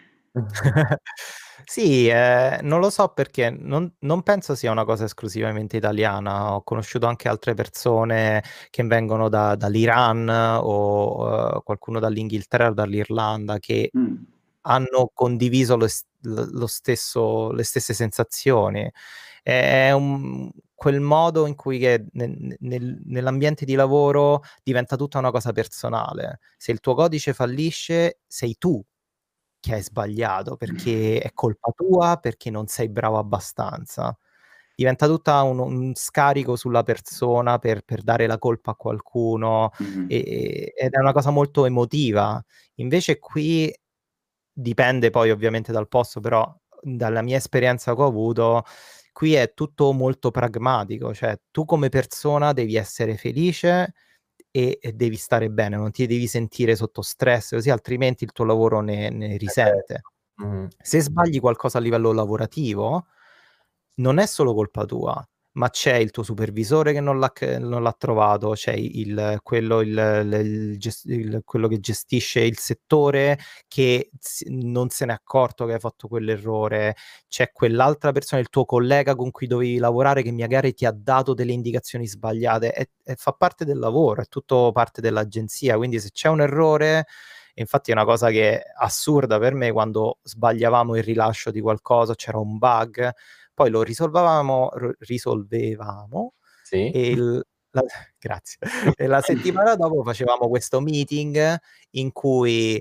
Sì, eh, non lo so perché non, non penso sia una cosa esclusivamente italiana. Ho conosciuto anche altre persone che vengono da- dall'Iran o eh, qualcuno dall'Inghilterra o dall'Irlanda che Mm, hanno condiviso lo, es- lo stesso, le stesse sensazioni. È un- quel modo in cui che nel- nel- nell'ambiente di lavoro diventa tutta una cosa personale. Se il tuo codice fallisce, sei tu che hai sbagliato, perché è colpa tua, perché non sei bravo abbastanza. Diventa tutta un, un scarico sulla persona per, per dare la colpa a qualcuno mhm. e- ed è una cosa molto emotiva. Invece qui dipende poi ovviamente dal posto, però dalla mia esperienza che ho avuto, qui è tutto molto pragmatico, cioè tu come persona devi essere felice e, e devi stare bene, non ti devi sentire sotto stress, così altrimenti il tuo lavoro ne, ne Eh, certo. risente. Mhm. Se sbagli qualcosa a livello lavorativo, non è solo colpa tua, ma c'è il tuo supervisore che non l'ha, non l'ha trovato, c'è il, quello, il, il gest- il- quello che gestisce il settore che s- non se n'è accorto che hai fatto quell'errore, c'è quell'altra persona, il tuo collega con cui dovevi lavorare che magari ti ha dato delle indicazioni sbagliate, e, e fa parte del lavoro, è tutto parte dell'agenzia, quindi se c'è un errore. E infatti è una cosa che è assurda per me quando sbagliavamo il rilascio di qualcosa, c'era un bug, poi lo risolvavamo, ro- risolvevamo Sì. e il- la, grazie. E la settimana dopo facevamo questo meeting in cui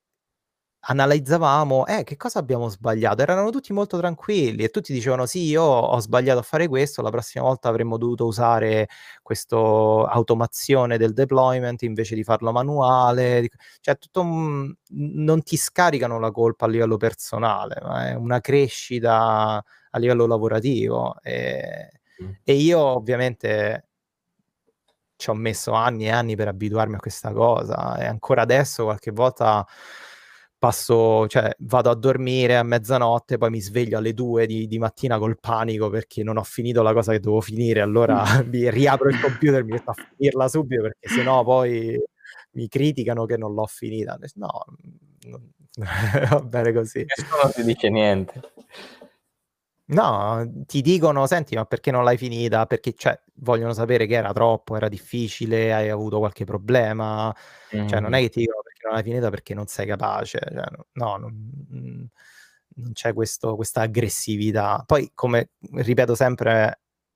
analizzavamo, eh, che cosa abbiamo sbagliato? Erano tutti molto tranquilli e tutti dicevano sì, io ho sbagliato a fare questo, la prossima volta avremmo dovuto usare questa automazione del deployment invece di farlo manuale. Cioè, tutto un- non ti scaricano la colpa a livello personale, ma è una crescita a livello lavorativo. E, Mm. e io ovviamente ci ho messo anni e anni per abituarmi a questa cosa e ancora adesso qualche volta passo, cioè vado a dormire a mezzanotte, poi mi sveglio alle due di, di mattina col panico perché non ho finito la cosa che dovevo finire, allora mi riapro il computer e mi metto a finirla subito perché sennò poi mi criticano che non l'ho finita. No, non- va bene così. Nessuno ti dice niente. No, ti dicono, senti, ma perché non l'hai finita? Perché, cioè, vogliono sapere che era troppo, era difficile, hai avuto qualche problema. Cioè, non è Mhm. che ti dicono perché non l'hai finita perché non sei capace. Cioè, no, non, non c'è questo, questa aggressività. Poi, come ripeto sempre,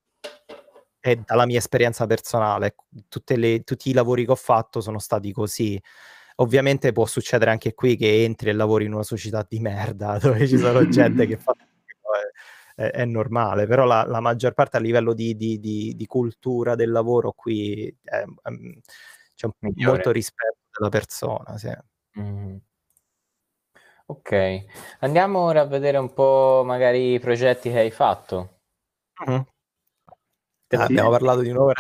è dalla mia esperienza personale, tutte le- tutti i lavori che ho fatto sono stati così. Ovviamente può succedere anche qui che entri e lavori in una società di merda dove ci sono gente che fa è, è- è normale, però la, la maggior parte a livello di, di- di- di cultura del lavoro qui è- è- c'è un- Migliore. molto rispetto della persona, sì. Mhm. Ok, andiamo ora a vedere un po' magari i progetti che hai fatto. Mhm. Te Ah, lo abbiamo senti? parlato di un'ora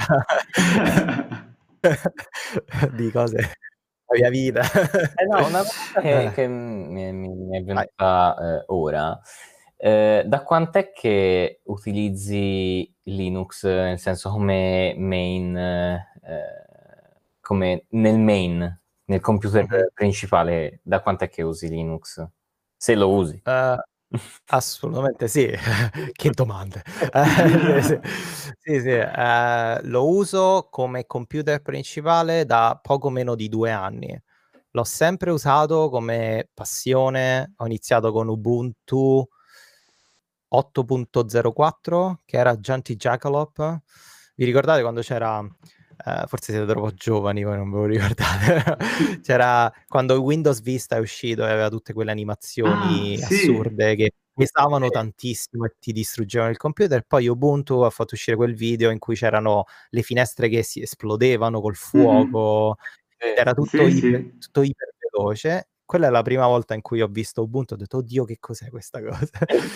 di cose della mia vita. Eh no, una cosa che, Eh, che mi, mi- mi è vai. venuta eh, ora, eh, da quant'è che utilizzi Linux, nel senso come main, eh, come nel main, nel computer Mhm. principale, da quant'è che usi Linux? Se lo usi. Eh, assolutamente sì, che domande. Eh, sì, sì, sì, eh, lo uso come computer principale da poco meno di due anni. L'ho sempre usato come passione, ho iniziato con Ubuntu otto punto zero quattro, che era Janty Jackalope. Vi ricordate quando c'era, eh, forse siete troppo giovani, voi non ve lo ricordate, c'era quando Windows Vista è uscito e aveva tutte quelle Ah, animazioni sì. assurde che pesavano tantissimo e ti distruggevano il computer. Poi Ubuntu ha fatto uscire quel video in cui c'erano le finestre che si esplodevano col Mhm. fuoco, ed era tutto Sì, iper, sì. tutto iper veloce. Quella è la prima volta in cui ho visto Ubuntu, ho detto, oddio, che cos'è questa cosa?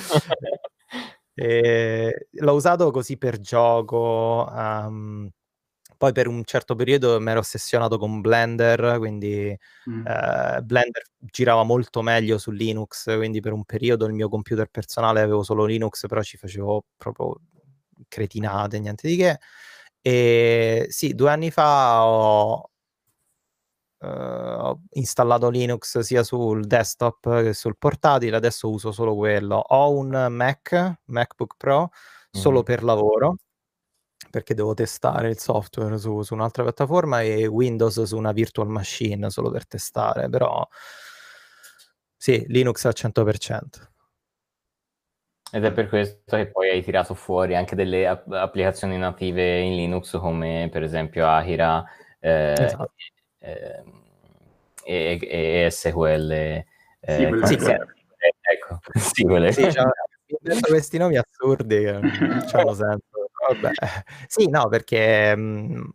E l'ho usato così per gioco, um, poi per un certo periodo mi ero ossessionato con Blender, quindi Mm. eh, Blender girava molto meglio su Linux, quindi per un periodo il mio computer personale avevo solo Linux, però ci facevo proprio cretinate, niente di che. E sì, due anni fa ho, Uh, ho installato Linux sia sul desktop che sul portatile, adesso uso solo quello. Ho un Mac, MacBook Pro, solo Mhm. per lavoro, perché devo testare il software su, su un'altra piattaforma, e Windows su una virtual machine, solo per testare, però sì, Linux al cento per cento. Ed è per questo che poi hai tirato fuori anche delle app- applicazioni native in Linux, come per esempio Ahira, eh, Esatto. eh, e, e S Q L. Sì, Eh, quelle Sì, come si que- chiama? Eh, ecco, sì, quelle. sì, cioè, mi invento questi nomi assurdi che non c'hanno senso. Vabbè. Sì, no, perché mh,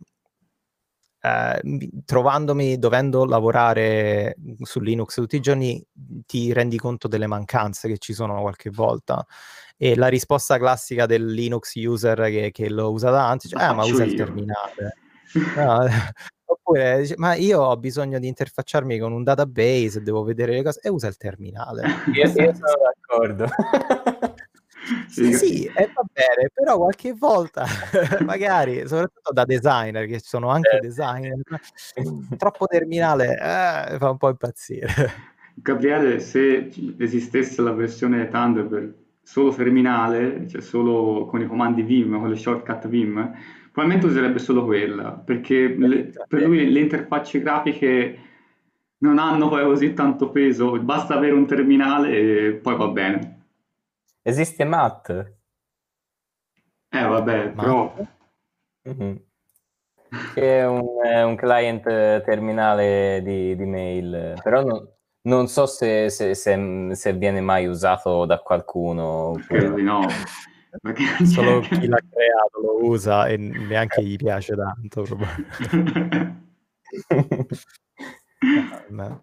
eh, mi- trovandomi, dovendo lavorare su Linux tutti i giorni, ti rendi conto delle mancanze che ci sono qualche volta. E la risposta classica del Linux user che, che lo usa da anni, la cioè, ah, ma faccio usa il io. terminale. No, oppure, dice, ma io ho bisogno di interfacciarmi con un database, devo vedere le cose, e usa il terminale. Io, io sono d'accordo. Sì, Sì, sì, e va bene, però qualche volta, magari, soprattutto da designer, che sono anche designer, troppo terminale, eh, fa un po' impazzire. Gabriele, se ci- esistesse la versione Thunderbird solo terminale, cioè solo con i comandi Vim, con le shortcut Vim, probabilmente userebbe solo quella, perché le- per lui le interfacce grafiche non hanno poi così tanto peso, basta avere un terminale e poi va bene. Esiste Matt. Eh vabbè, Ma però... Mhm. Che è un, è un client eh, terminale di, di mail, però non, non so se, se- se- se viene mai usato da qualcuno oppure Credo no. di no, perché non c'è solo chi che... l'ha creato lo usa e neanche gli piace tanto, probabilmente. No,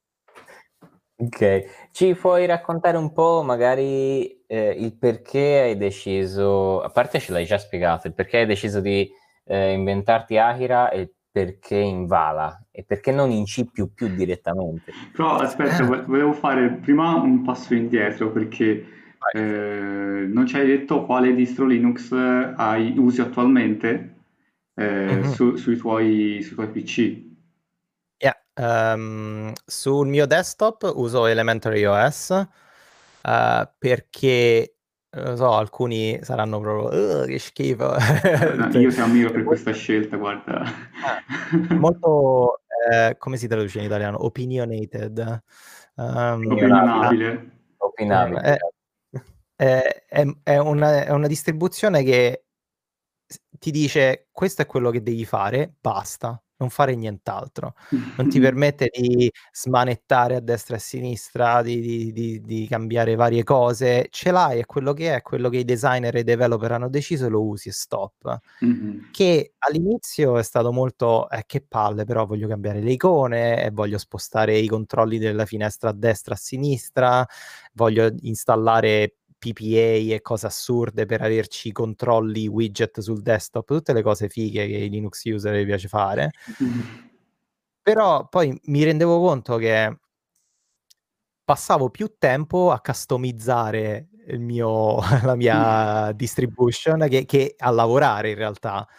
Ok, ci puoi raccontare un po' magari eh, il perché hai deciso, a parte ce l'hai già spiegato, il perché hai deciso di eh, inventarti Akira e il perché in Vala e perché non in C più più direttamente. Però aspetta, Ah, vo- volevo fare prima un passo indietro perché vai. eh, non ci hai detto quale distro Linux hai, usi attualmente eh, Mhm. su- sui tuoi, sui tuoi P C. Yeah, ehm, sul mio desktop uso Elementary O S, eh, perché, non lo so, alcuni saranno proprio, "Ugh, che schifo." Eh, no, Per- io ti ammiro è per molto, questa scelta, guarda. ah, è molto, eh, come si traduce in italiano? Opinionated. Ehm, ah, Opinionabile. Opinionabile. eh, Opinabile. è, è- è- è una, è una distribuzione che s- ti dice questo è quello che devi fare, basta, non fare nient'altro. Non ti permette di smanettare a destra e a sinistra, di, di- di- di cambiare varie cose. Ce l'hai, è quello che è, è quello che i designer e i developer hanno deciso e lo usi e stop. Mhm. Che all'inizio è stato molto, eh, che palle, però voglio cambiare le icone e voglio spostare i controlli della finestra a destra e a sinistra, voglio installare P P A e cose assurde per averci i controlli widget sul desktop, tutte le cose fighe che i Linux user gli piace fare. Però poi mi rendevo conto che passavo più tempo a customizzare il mio, la mia distribution che, che a lavorare in realtà.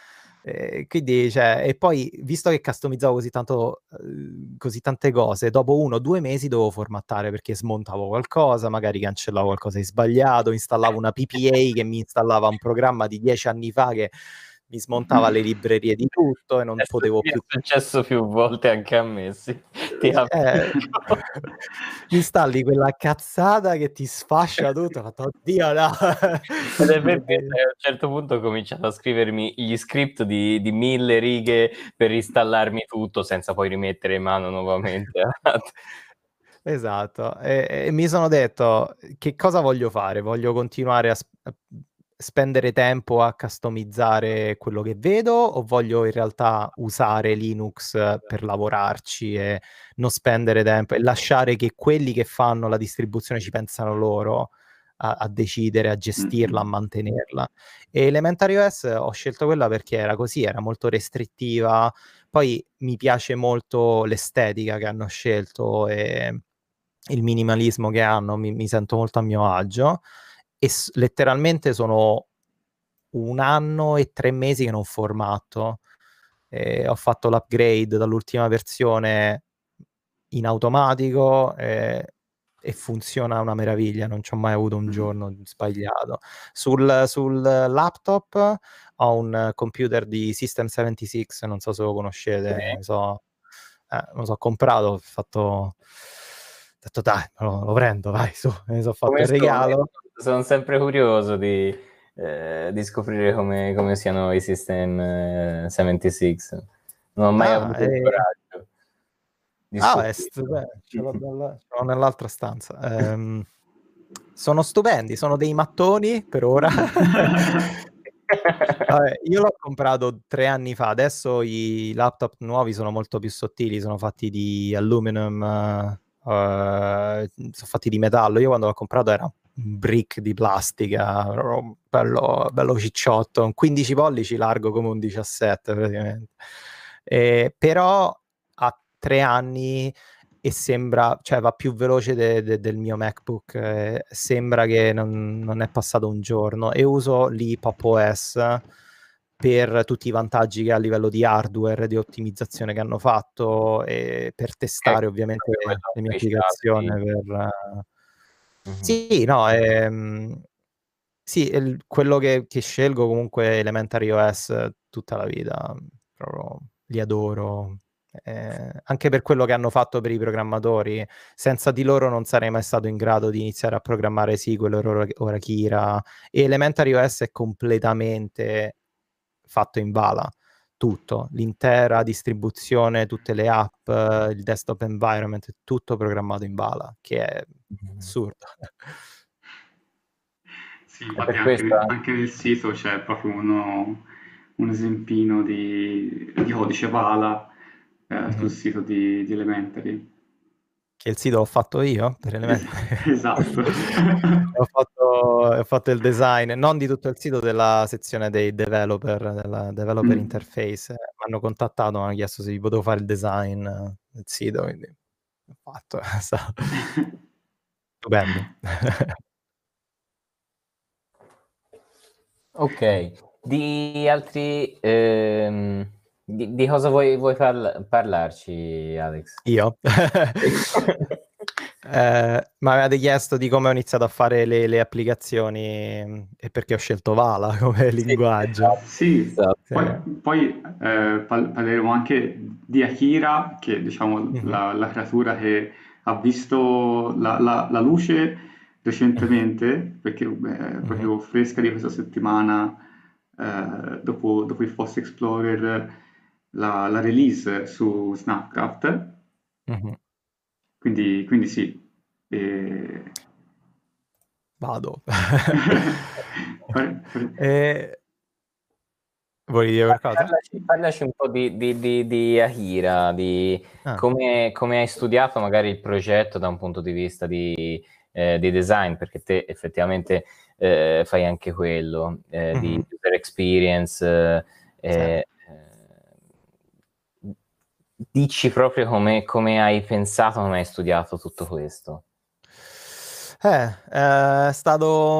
E quindi, cioè, e poi, visto che customizzavo così tanto, eh, così tante cose, dopo uno o due mesi dovevo formattare perché smontavo qualcosa, magari cancellavo qualcosa di sbagliato, installavo una P P A che mi installava un programma di dieci anni fa che mi smontava le librerie di tutto e non È potevo più... È successo più volte anche a me, sì. Ti eh, installi quella cazzata che ti sfascia tutto, ho fatto, oddio no. Ed è perché a un certo punto ho cominciato a scrivermi gli script di, di mille righe per installarmi tutto senza poi rimettere in mano nuovamente. Esatto, e, e mi sono detto che cosa voglio fare? Voglio continuare a, sp- a spendere tempo a customizzare quello che vedo o voglio in realtà usare Linux per lavorarci e non spendere tempo e lasciare che quelli che fanno la distribuzione ci pensano loro a, a decidere, a gestirla, a mantenerla. E Elementary O S ho scelto quella perché era così, era molto restrittiva, poi mi piace molto l'estetica che hanno scelto e il minimalismo che hanno, mi, mi sento molto a mio agio e s- letteralmente sono un anno e tre mesi che non formatto. E ho fatto l'upgrade dall'ultima versione in automatico e, e funziona una meraviglia, non ci ho mai avuto un giorno sbagliato. Sul, sul laptop ho un computer di System settantasei, non so se lo conoscete, Sì. mi so, eh, me lo so comprato, ho fatto, ho detto dai, lo, lo prendo, vai su, mi sono fatto Come il sono? regalo. Sono sempre curioso di, eh, di scoprire come, come siano i System eh, settantasei. Non ho mai Ah, avuto il e... coraggio di ah, è scoprirlo. stupendo, ce l'ho, dalla- ce l'ho nell'altra stanza. Ehm, sono stupendi, sono dei mattoni per ora. Vabbè, io l'ho comprato tre anni fa, adesso i laptop nuovi sono molto più sottili, sono fatti di aluminum, uh, uh, sono fatti di metallo. Io quando l'ho comprato era un brick di plastica, bello, bello cicciotto, un quindici pollici largo come un diciassette praticamente. Eh, però ha tre anni e sembra, cioè va più veloce de, de, del mio MacBook, eh, sembra che non, non è passato un giorno e uso lì Pop O S per tutti i vantaggi che ha a livello di hardware, di ottimizzazione che hanno fatto e per testare Ecco, ovviamente quello le mie auspiciabile. applicazioni per... Mhm. Sì, no, ehm, sì, il- quello che, che scelgo comunque è Elementary O S tutta la vita, proprio li adoro. Eh, anche per quello che hanno fatto per i programmatori, senza di loro non sarei mai stato in grado di iniziare a programmare S Q L o ora Kira. E Elementary O S è completamente fatto in Vala, tutto, l'intera distribuzione, tutte le app, il desktop environment, è tutto programmato in Vala, che è assurdo. Sì, È infatti per anche, questo anche nel sito c'è proprio uno, un esempino di, di codice Vala eh, sul Mhm. sito di, di Elementary. Che il sito l'ho fatto io per Es- Elementary. esatto. ho, fatto, ho fatto il design, non di tutto il sito, della sezione dei developer, della developer Mm. interface. Mi hanno contattato, mi hanno chiesto se potevo fare il design eh, del sito, quindi ho fatto, è stato stupendo. Ok, di altri... ehm, di, di cosa vuoi, vuoi parla- parlarci, Alex? Io? Eh, mi avevate chiesto di come ho iniziato a fare le, le applicazioni mm, e perché ho scelto Vala come Sì, linguaggio. esatto, Sì, esatto. Sì. poi, poi, eh, par- parleremo anche di Akira, che è diciamo Mhm. la, la creatura che ha visto la, la- la luce recentemente, perché eh, Mhm. proprio fresca di questa settimana, eh, dopo, dopo il Foss Explorer, la, la release su Snapcraft. Mhm. Quindi, quindi sì. E- Vado. Fare- fare- E... Vuoi dire qualcosa? Parlaci, parlaci un po' di, di, di, di Akira, di Ah. come, come hai studiato magari il progetto da un punto di vista di, eh, di design, perché te effettivamente eh, fai anche quello, eh, di Mhm. user experience. Sì. eh, eh, dici proprio come, come hai pensato, come hai studiato tutto questo. Eh, eh, è stato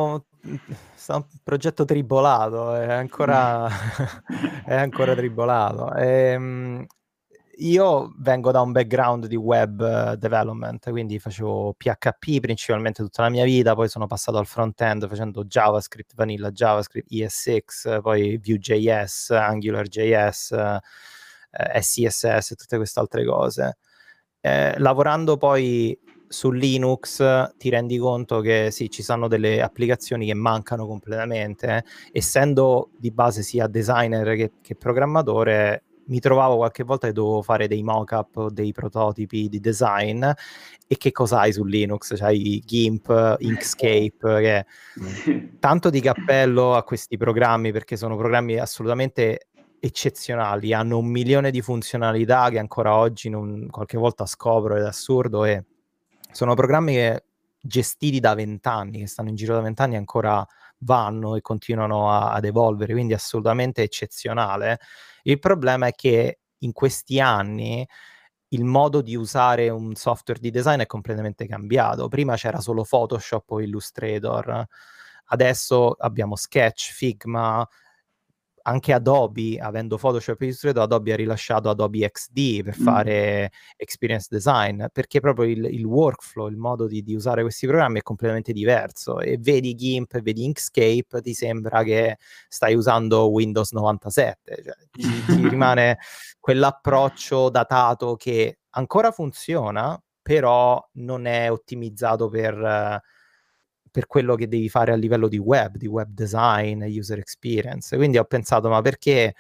sta un progetto tribolato, è ancora, è ancora tribolato. Ehm, io vengo da un background di web development, quindi facevo P H P principalmente tutta la mia vita, poi sono passato al front-end facendo JavaScript, Vanilla JavaScript, E S X, poi Vue.js, AngularJS, eh, S C S S e tutte queste altre cose. Eh, lavorando poi su Linux ti rendi conto che sì, ci sono delle applicazioni che mancano completamente. Eh. Essendo di base sia designer che, che programmatore, mi trovavo qualche volta che dovevo fare dei mock-up o dei prototipi di design. E che cosa hai su Linux? C'hai GIMP, Inkscape, che tanto di cappello a questi programmi, perché sono programmi assolutamente eccezionali, hanno un milione di funzionalità che ancora oggi non, qualche volta scopro, ed è assurdo, e sono programmi che gestiti da vent'anni, che stanno in giro da vent'anni, ancora vanno e continuano a, ad evolvere, quindi assolutamente eccezionale. Il problema è che in questi anni il modo di usare un software di design è completamente cambiato. Prima c'era solo Photoshop o Illustrator, adesso abbiamo Sketch, Figma, anche Adobe, avendo Photoshop e Illustrator, Adobe ha rilasciato Adobe X D per fare mm. experience design, perché proprio il, il workflow, il modo di, di usare questi programmi è completamente diverso. E vedi GIMP, vedi Inkscape, ti sembra che stai usando Windows novantasette, cioè, ti, ti rimane quell'approccio datato che ancora funziona, però non è ottimizzato per... Uh, per quello che devi fare a livello di web, di web design, user experience. Quindi ho pensato, ma perché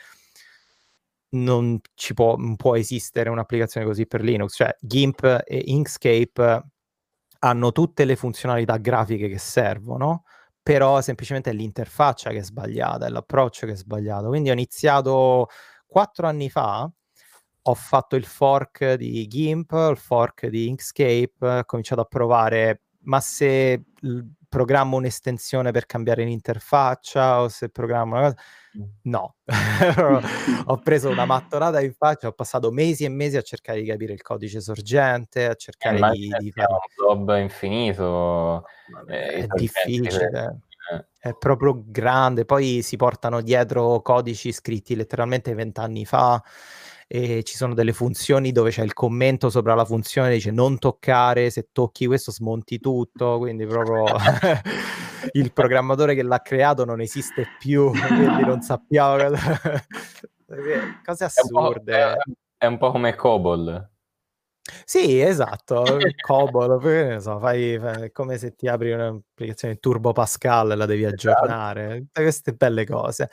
non ci può, non può esistere un'applicazione così per Linux? Cioè, GIMP e Inkscape hanno tutte le funzionalità grafiche che servono, però semplicemente è l'interfaccia che è sbagliata, è l'approccio che è sbagliato. Quindi ho iniziato quattro anni fa, ho fatto il fork di GIMP, il fork di Inkscape, ho cominciato a provare, ma se programmo un'estensione per cambiare l'interfaccia o se programmo una cosa, no. Ho preso una mattonata in faccia, ho passato mesi e mesi a cercare di capire il codice sorgente, a cercare eh, di, di fare un blob infinito, eh, è difficile, eh. È proprio grande, poi si portano dietro codici scritti letteralmente vent'anni fa, e ci sono delle funzioni dove c'è il commento sopra la funzione, dice non toccare, se tocchi questo smonti tutto, quindi proprio il programmatore che l'ha creato non esiste più, quindi non sappiamo cosa... cose assurde. È un po', è un po' come COBOL. Sì, esatto, COBOL, ne so, fai, fai come se ti apri un'applicazione Turbo Pascal e la devi aggiornare, tutte queste belle cose.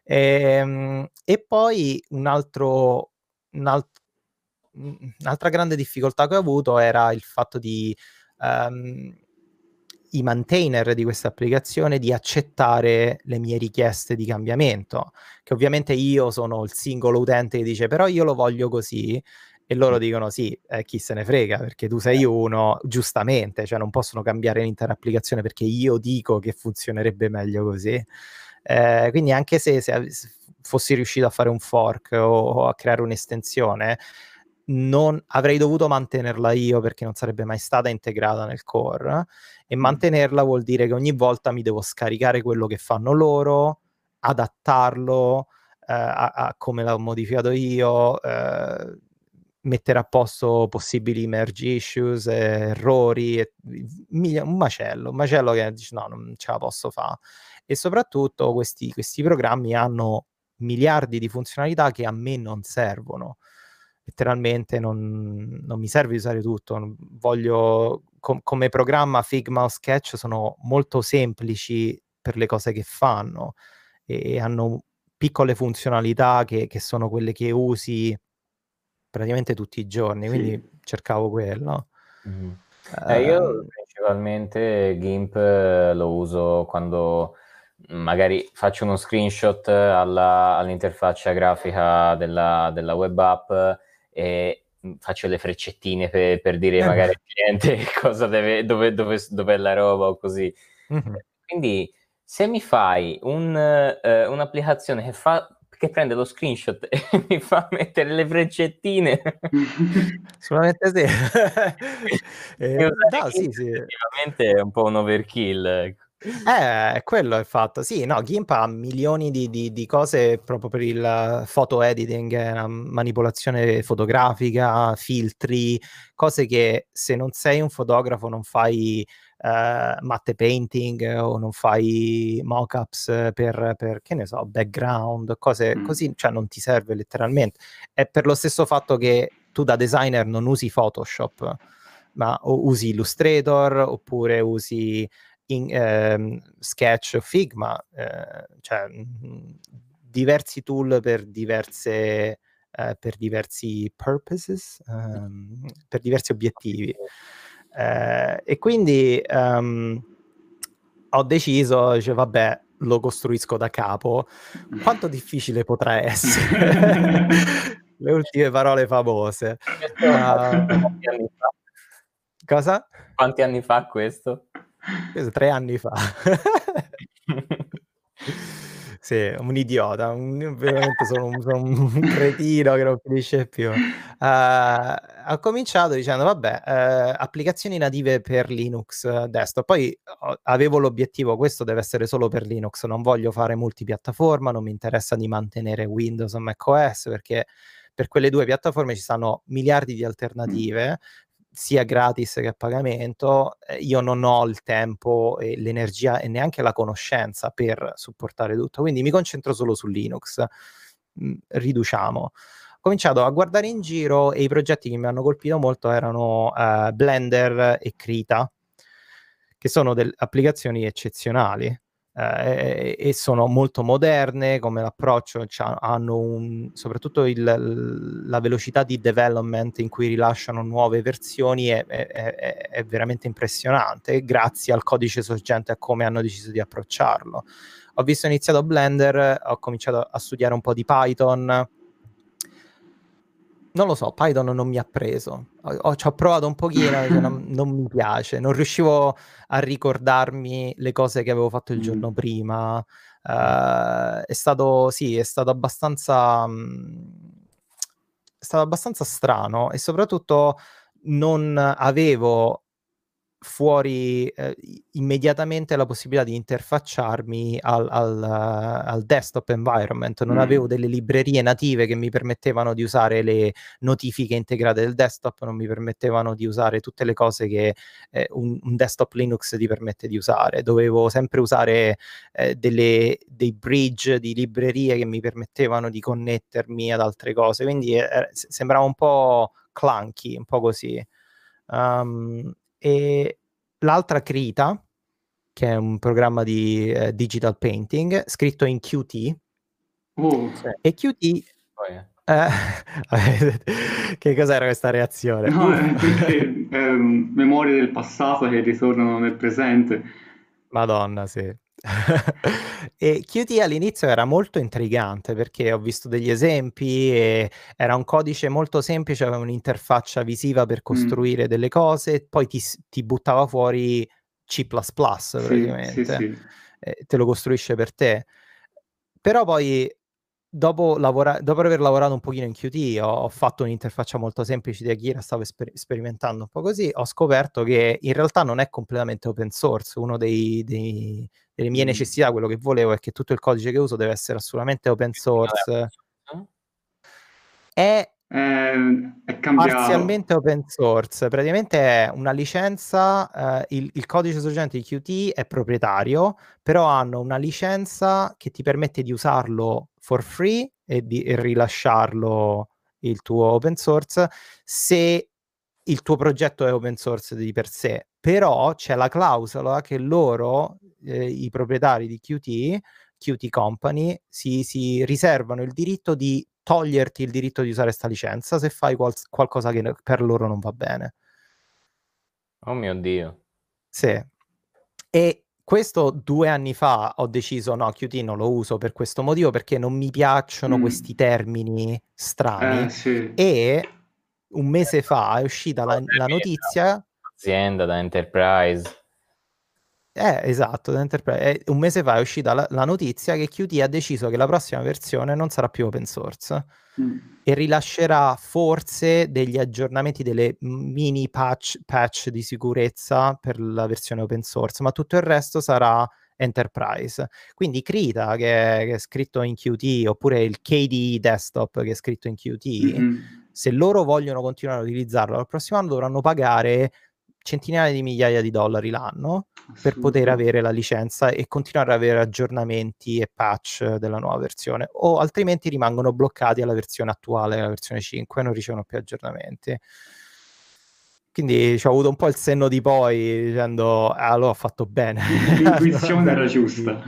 E, e poi un altro, un alt- un'altra grande difficoltà che ho avuto era il fatto di um, i maintainer di questa applicazione di accettare le mie richieste di cambiamento, che ovviamente io sono il singolo utente che dice però io lo voglio così, e loro dicono sì, eh, chi se ne frega, perché tu sei uno, giustamente, cioè non possono cambiare l'intera applicazione perché io dico che funzionerebbe meglio così. Eh, quindi anche se, se fossi riuscito a fare un fork o, o a creare un'estensione, non avrei dovuto mantenerla io perché non sarebbe mai stata integrata nel core, e mantenerla vuol dire che ogni volta mi devo scaricare quello che fanno loro, adattarlo eh, a, a come l'ho modificato io, eh, mettere a posto possibili merge issues, eh, errori, e, un macello, un macello che dici no, non ce la posso fare. E soprattutto questi, questi programmi hanno miliardi di funzionalità che a me non servono. Letteralmente non, non mi serve usare tutto, voglio com- come programma Figma o Sketch sono molto semplici per le cose che fanno e, e hanno piccole funzionalità che, che sono quelle che usi praticamente tutti i giorni, quindi sì. Cercavo quello. Mm-hmm. Eh, io principalmente GIMP lo uso quando magari faccio uno screenshot alla, all'interfaccia grafica della, della web app e faccio le freccettine per, per dire eh magari al cliente cosa deve, dove, dove, dove è la roba o così. Mm-hmm. Quindi se mi fai un, eh, un'applicazione che fa che prende lo screenshot e mi fa mettere le freccettine, solamente sì. eh, no, sì, sì. Effettivamente è un po' un overkill. Eh, quello è fatto. Sì, no, GIMP ha milioni di, di- di cose proprio per il photo editing, eh, la manipolazione fotografica, filtri, cose che se non sei un fotografo non fai eh, matte painting eh, o non fai mockups per, per, che ne so, background, cose Mm. così, cioè non ti serve letteralmente. È per lo stesso fatto che tu da designer non usi Photoshop, ma o usi Illustrator oppure usi in, ehm, Sketch o Figma, eh, cioè mh, diversi tool per diverse eh, per diversi purposes, ehm, per diversi obiettivi. Eh, e quindi ehm, ho deciso, cioè, vabbè, lo costruisco da capo. Quanto difficile potrà essere? Le ultime parole famose. Questo Uh, quanti anni fa? cosa? Quanti anni fa questo? Questo tre anni fa. Sì, un idiota, un- veramente sono un, sono un cretino che non finisce più. Uh, ho cominciato dicendo, vabbè, uh, applicazioni native per Linux uh, desktop. Poi uh, avevo l'obiettivo, questo deve essere solo per Linux, non voglio fare multipiattaforma, non mi interessa di mantenere Windows o macOS, perché per quelle due piattaforme ci stanno miliardi di alternative, sia gratis che a pagamento. Eh, io non ho il tempo e l'energia e neanche la conoscenza per supportare tutto, quindi mi concentro solo su Linux. Mm, riduciamo. Ho cominciato a guardare in giro e i progetti che mi hanno colpito molto erano uh, Blender e Krita, che sono delle applicazioni eccezionali. Eh, e sono molto moderne come l'approccio, hanno un, soprattutto il, la velocità di development in cui rilasciano nuove versioni è, è, è, è veramente impressionante, grazie al codice sorgente, a come hanno deciso di approcciarlo. Ho visto iniziato Blender, ho cominciato a studiare un po' di Python. Non lo so, Python non mi ha preso. Ho, ci ho provato un pochino, cioè non, non mi piace. Non riuscivo a ricordarmi le cose che avevo fatto il Mm. giorno prima. Uh, è stato, sì, è stato abbastanza... mh, è stato abbastanza strano e soprattutto non avevo fuori eh, immediatamente la possibilità di interfacciarmi al, al, al desktop environment. Non Mm. avevo delle librerie native che mi permettevano di usare le notifiche integrate del desktop, non mi permettevano di usare tutte le cose che eh, un, un desktop Linux ti permette di usare. Dovevo sempre usare eh, delle, dei bridge di librerie che mi permettevano di connettermi ad altre cose, quindi eh, sembrava un po' clunky, un po' così. Um, e l'altra Krita, che è un programma di eh, digital painting scritto in Qt. Oh. Sì. E Qt Poi, eh. eh, che cos'era questa reazione? No, è Uff. perché ehm, memorie del passato che ritornano nel presente. Madonna, sì. E Qt all'inizio era molto intrigante perché ho visto degli esempi e era un codice molto semplice, aveva un'interfaccia visiva per Mm. costruire delle cose, poi ti, ti buttava fuori C plus plus Sì, sì, praticamente, sì. eh, te lo costruisce per te. Però poi dopo, lavora- dopo aver lavorato un pochino in Qt, ho, ho fatto un'interfaccia molto semplice di Akira, stavo esper- sperimentando un po' così, ho scoperto che in realtà non è completamente open source. Uno dei, dei- delle mie Mm. necessità, quello che volevo, è che tutto il codice che uso deve essere assolutamente open source. È È, è cambiato. parzialmente open source, praticamente è una licenza, eh, il, il codice sorgente di Qt è proprietario, però hanno una licenza che ti permette di usarlo for free e di e rilasciarlo il tuo open source se il tuo progetto è open source di per sé. Però c'è la clausola che loro, eh, i proprietari di Qt, Qt Company, si, si riservano il diritto di toglierti il diritto di usare questa licenza se fai qual- qualcosa che per loro non va bene. Oh mio Dio. Sì. E questo due anni fa ho deciso no, Qt non lo uso per questo motivo, perché non mi piacciono Mm. questi termini Eh, strani, sì. e un mese fa è uscita la, la notizia. Azienda, da enterprise. Eh, esatto, Enterprise. Eh, un mese fa è uscita la, la notizia che Qt ha deciso che la prossima versione non sarà più open source Mm. e rilascerà forse degli aggiornamenti, delle mini patch, patch di sicurezza per la versione open source, ma tutto il resto sarà Enterprise. Quindi Krita, che, che è scritto in Qt, oppure il K D E Desktop, che è scritto in Qt, Mhm. se loro vogliono continuare a utilizzarlo al prossimo anno dovranno pagare centinaia di migliaia di dollari l'anno per poter Assurdo. avere la licenza e continuare ad avere aggiornamenti e patch della nuova versione, o altrimenti rimangono bloccati alla versione attuale, la versione cinque, e non ricevono più aggiornamenti. Quindi ci ho avuto un po' il senno di poi dicendo ah, allora ho fatto bene. L'intuizione era giusta.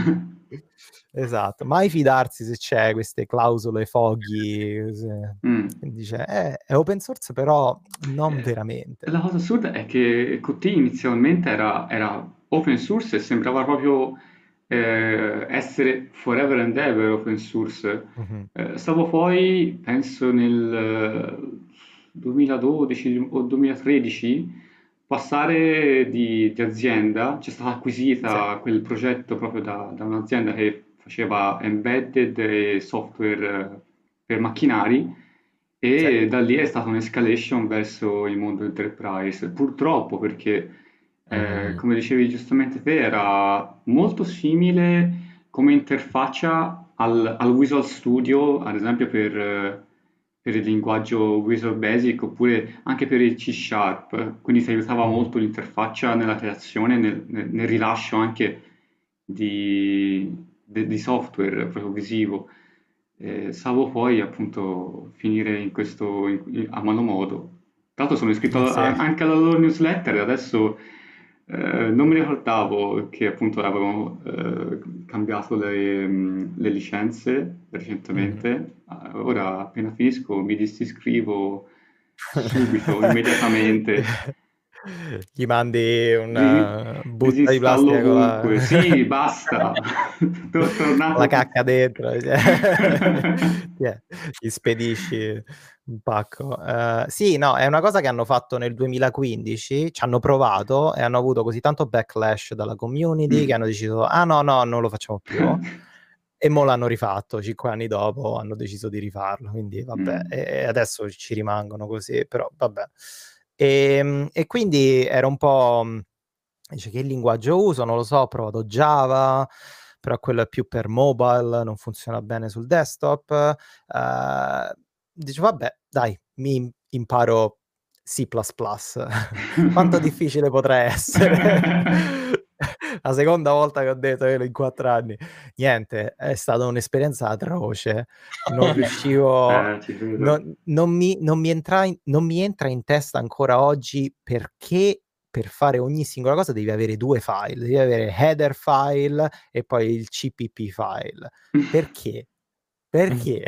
Esatto, mai fidarsi se c'è queste clausole foggy, se... Mm. dice eh, è open source però non Eh, veramente. La cosa assurda è che Qt inizialmente era, era open source e sembrava proprio eh, essere forever and ever open source. Mhm. Eh, stavo poi, penso nel eh, duemiladodici o duemilatredici, passare di, di azienda, c'è stata Sì, acquisita quel progetto proprio da, da un'azienda che faceva embedded e software eh, per macchinari sì. e da lì è stata un'escalation verso il mondo enterprise. Purtroppo perché, eh, Mm. come dicevi giustamente te, era molto simile come interfaccia al, al Visual Studio, ad esempio per, eh, per il linguaggio Visual Basic oppure anche per il C Sharp, quindi ti aiutava Mhm. molto l'interfaccia nella creazione, nel, nel- nel rilascio anche di, de- di software proprio visivo. Eh, salvo poi appunto finire in questo in- in- a mano modo. Tra l'altro sono iscritto Eh, a- sì. anche alla loro newsletter, adesso eh, non mi ricordavo che appunto avevano eh, cambiato le, mh, le licenze Mhm. recentemente. Ah, ora appena finisco mi disiscrivo subito, immediatamente. Gli mandi Disi- una busta di disinstallo plastica con ovunque. la, Sì, basta. To- con la Tornato. cacca dentro, cioè. Tiè, gli spedisci un pacco. Eh, sì, no, è una cosa che hanno fatto nel duemilaquindici, ci hanno provato e hanno avuto così tanto backlash dalla community che Mm. hanno deciso, ah no, no, non lo facciamo più. E mo l'hanno rifatto, cinque anni dopo hanno deciso di rifarlo, quindi vabbè, Mm. e adesso ci rimangono così, però vabbè. E, e quindi era un po', mh, dice che linguaggio uso, non lo so, ho provato Java, però quello è più per mobile, non funziona bene sul desktop. Eh, dice vabbè, dai, mi imparo C plus plus. Quanto difficile potrà essere? La seconda volta che ho detto io in quattro anni, niente, è stata un'esperienza atroce. Non riuscivo, Eh, ci credo. non, non mi, non mi entra in, non mi entra in testa ancora oggi perché per fare ogni singola cosa devi avere due file, devi avere header file e poi il C P P file. Perché? Perché?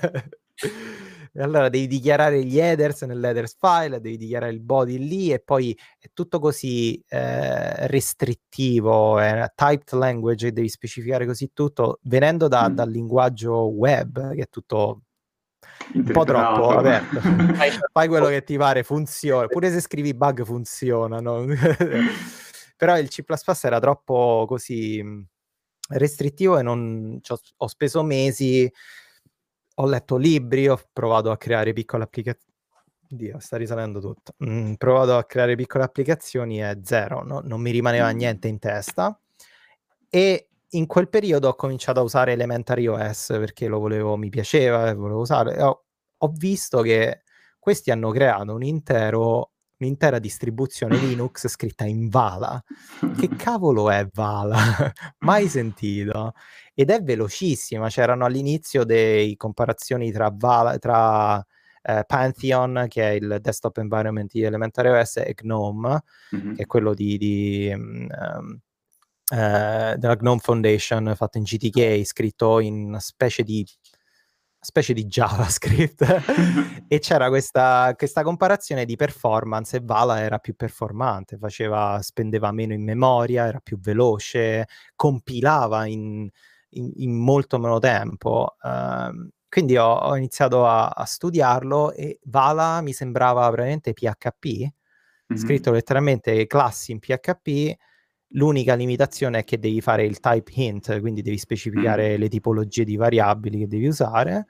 E allora devi dichiarare gli headers nell'headers file, devi dichiarare il body lì e poi è tutto così eh, restrittivo, è una typed language, devi specificare così tutto, venendo da, dal Mm. linguaggio web, che è tutto un po' troppo Interpretato. aperto. Fai, fai quello che ti pare, funziona. Pure se scrivi bug funzionano. Però il C plus plus era troppo così mh, restrittivo e non c'ho- ho speso mesi, ho letto libri, ho provato a creare piccole applicazioni. Dio, sta risalendo tutto. Mm, provato a creare piccole applicazioni e zero, no? Non mi rimaneva Mm. niente in testa. E in quel periodo ho cominciato a usare Elementary O S perché lo volevo, mi piaceva e volevo usare. E ho, ho visto che questi hanno creato un intero, un'intera distribuzione Linux scritta in Vala. Che cavolo è Vala? Mai sentito. Ed è velocissima. C'erano all'inizio dei comparazioni tra Vala, tra eh, Pantheon, che è il desktop environment di Elementary O S, e Gnome, che è Mhm. quello di, di um, eh, della Gnome Foundation, fatto in G T K, scritto in una specie di specie di JavaScript e c'era questa, questa comparazione di performance e Vala era più performante, faceva, spendeva meno in memoria, era più veloce, compilava in, in, in molto meno tempo. Uh, quindi ho, ho iniziato a, a studiarlo e Vala mi sembrava veramente P H P, Mhm. scritto letteralmente classi in P H P L'unica limitazione è che devi fare il type hint, quindi devi specificare mm. le tipologie di variabili che devi usare,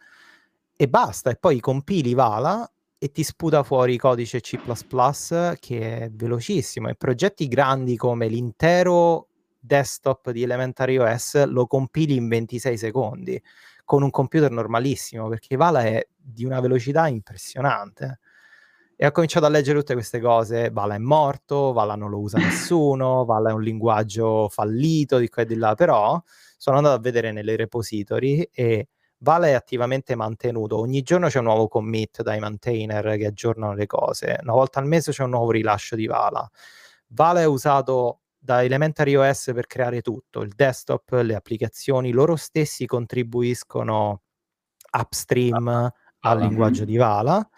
e basta, e poi compili Vala e ti sputa fuori codice C plus plus che è velocissimo, e progetti grandi come l'intero desktop di Elementary O S lo compili in ventisei secondi con un computer normalissimo, perché Vala è di una velocità impressionante. E ho cominciato a leggere tutte queste cose. Vala è morto, Vala non lo usa nessuno, Vala è un linguaggio fallito di qua e di là, però sono andato a vedere nelle repository e Vala è attivamente mantenuto. Ogni giorno c'è un nuovo commit dai maintainer che aggiornano le cose. Una volta al mese c'è un nuovo rilascio di Vala. Vala è usato da Elementary O S per creare tutto, il desktop, le applicazioni. Loro stessi contribuiscono upstream ah, al linguaggio di Vala.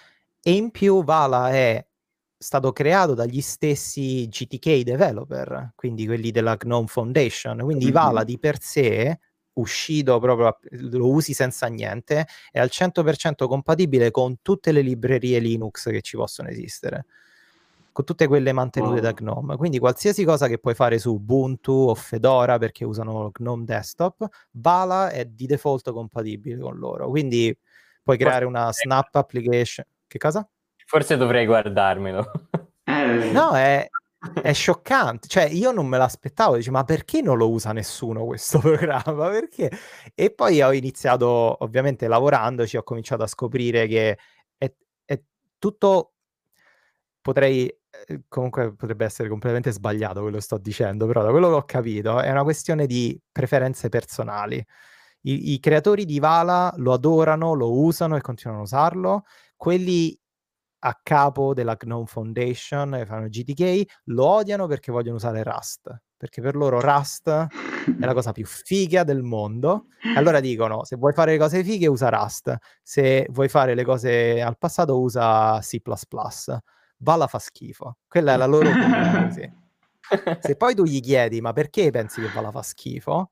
E in più Vala è stato creato dagli stessi G T K developer, quindi quelli della Gnome Foundation, quindi mm-hmm. Vala di per sé, uscito proprio, lo usi senza niente, è al cento per cento compatibile con tutte le librerie Linux che ci possono esistere, con tutte quelle mantenute oh. da Gnome, quindi qualsiasi cosa che puoi fare su Ubuntu o Fedora, perché usano Gnome Desktop, Vala è di default compatibile con loro, quindi puoi creare una snap application. Che cosa? Forse dovrei guardarmelo. Eh. No, è, è scioccante. Cioè, io non me l'aspettavo. Dici, ma perché non lo usa nessuno questo programma? Perché? E poi ho iniziato, ovviamente, lavorandoci, ho cominciato a scoprire che è, è tutto... Potrei... Comunque potrebbe essere completamente sbagliato quello che sto dicendo, però da quello che ho capito è una questione di preferenze personali. I, i creatori di Vala lo adorano, lo usano e continuano a usarlo. Quelli a capo della Gnome Foundation che fanno G T K lo odiano perché vogliono usare Rust, perché per loro Rust è la cosa più figa del mondo. E allora dicono, se vuoi fare le cose fighe usa Rust, se vuoi fare le cose al passato usa C plus plus. Vala fa schifo, quella è la loro opinione così. Se poi tu gli chiedi ma perché pensi che Vala fa schifo,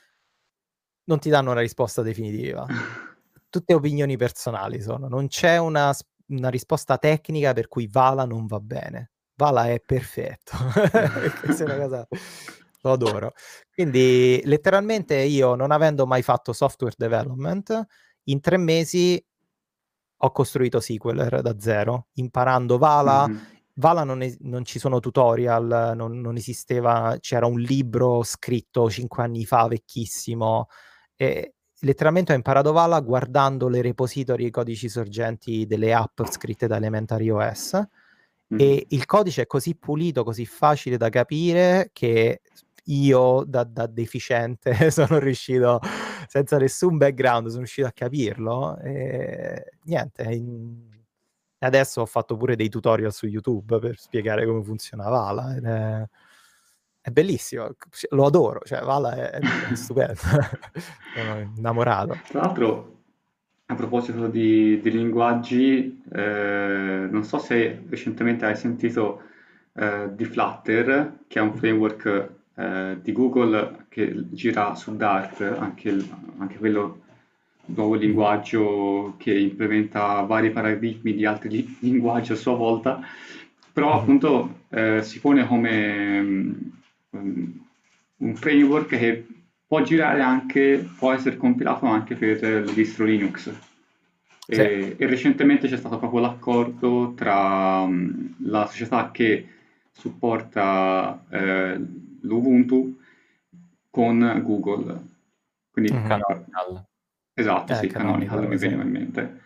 non ti danno una risposta definitiva. Tutte opinioni personali sono, non c'è una, una risposta tecnica per cui Vala non va bene. Vala è perfetto. Questa è una cosa... Lo adoro. Quindi letteralmente io, non avendo mai fatto software development, in tre mesi ho costruito Sequeler da zero, imparando Vala. Mm-hmm. Vala non, es- non ci sono tutorial, non, non esisteva, c'era un libro scritto cinque anni fa, vecchissimo, e letteralmente ho imparato Vala guardando le repository e i codici sorgenti delle app scritte da Elementary O S, mm-hmm. e il codice è così pulito, così facile da capire che io da, da deficiente sono riuscito, senza nessun background, sono riuscito a capirlo, e niente, in... adesso ho fatto pure dei tutorial su YouTube per spiegare come funziona Vala, ed è, è bellissimo, lo adoro, cioè Vala è, è stupendo, sono innamorato. Tra l'altro, a proposito di, di linguaggi, eh, non so se recentemente hai sentito eh, di Flutter, che è un framework eh, di Google che gira su Dart, anche, il, anche quello nuovo linguaggio che implementa vari paradigmi di altri li- linguaggi a sua volta, però mm-hmm. appunto eh, si pone come um, un framework che può girare anche, può essere compilato anche per le distro Linux. Sì. E, e recentemente c'è stato proprio l'accordo tra um, la società che supporta eh, l'Ubuntu con Google. Quindi mm-hmm. Canonical. Esatto, eh, sì, Canonical mi sì. veniva in mente.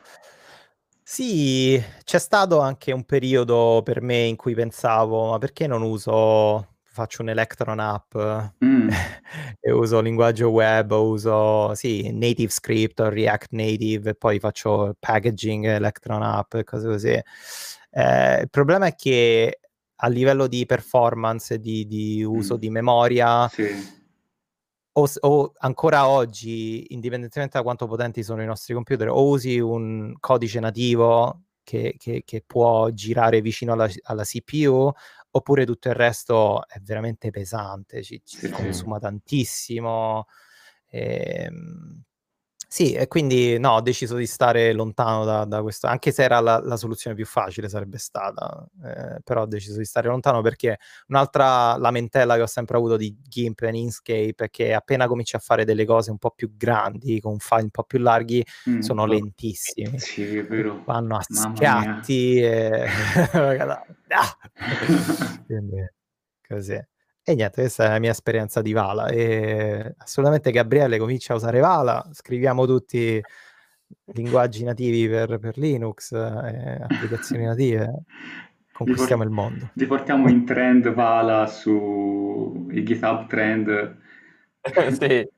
Sì, c'è stato anche un periodo per me in cui pensavo, ma perché non uso, faccio un Electron app mm. e uso linguaggio web, uso, sì, native script o React Native e poi faccio packaging, Electron app e cose così. Eh, il problema è che a livello di performance e di, di uso mm. di memoria... Sì. O, o ancora oggi, indipendentemente da quanto potenti sono i nostri computer, o usi un codice nativo che, che, che può girare vicino alla, alla C P U, oppure tutto il resto è veramente pesante, ci, ci sì, consuma sì. tantissimo. E, Sì, e quindi no, ho deciso di stare lontano da, da questo, anche se era la, la soluzione più facile sarebbe stata, eh, però ho deciso di stare lontano perché un'altra lamentela che ho sempre avuto di GIMP e Inkscape è che appena cominci a fare delle cose un po' più grandi, con file un po' più larghi, Mm, sono lentissimi, sì, è vero. vanno a Mamma mia. scatti e... Ah! Quindi, così. E niente, questa è la mia esperienza di Vala. E assolutamente Gabriele comincia a usare Vala, scriviamo tutti linguaggi nativi per, per Linux, eh, applicazioni native, Li, por- conquistiamo il mondo. li portiamo in trend Vala su i GitHub trend. Sì.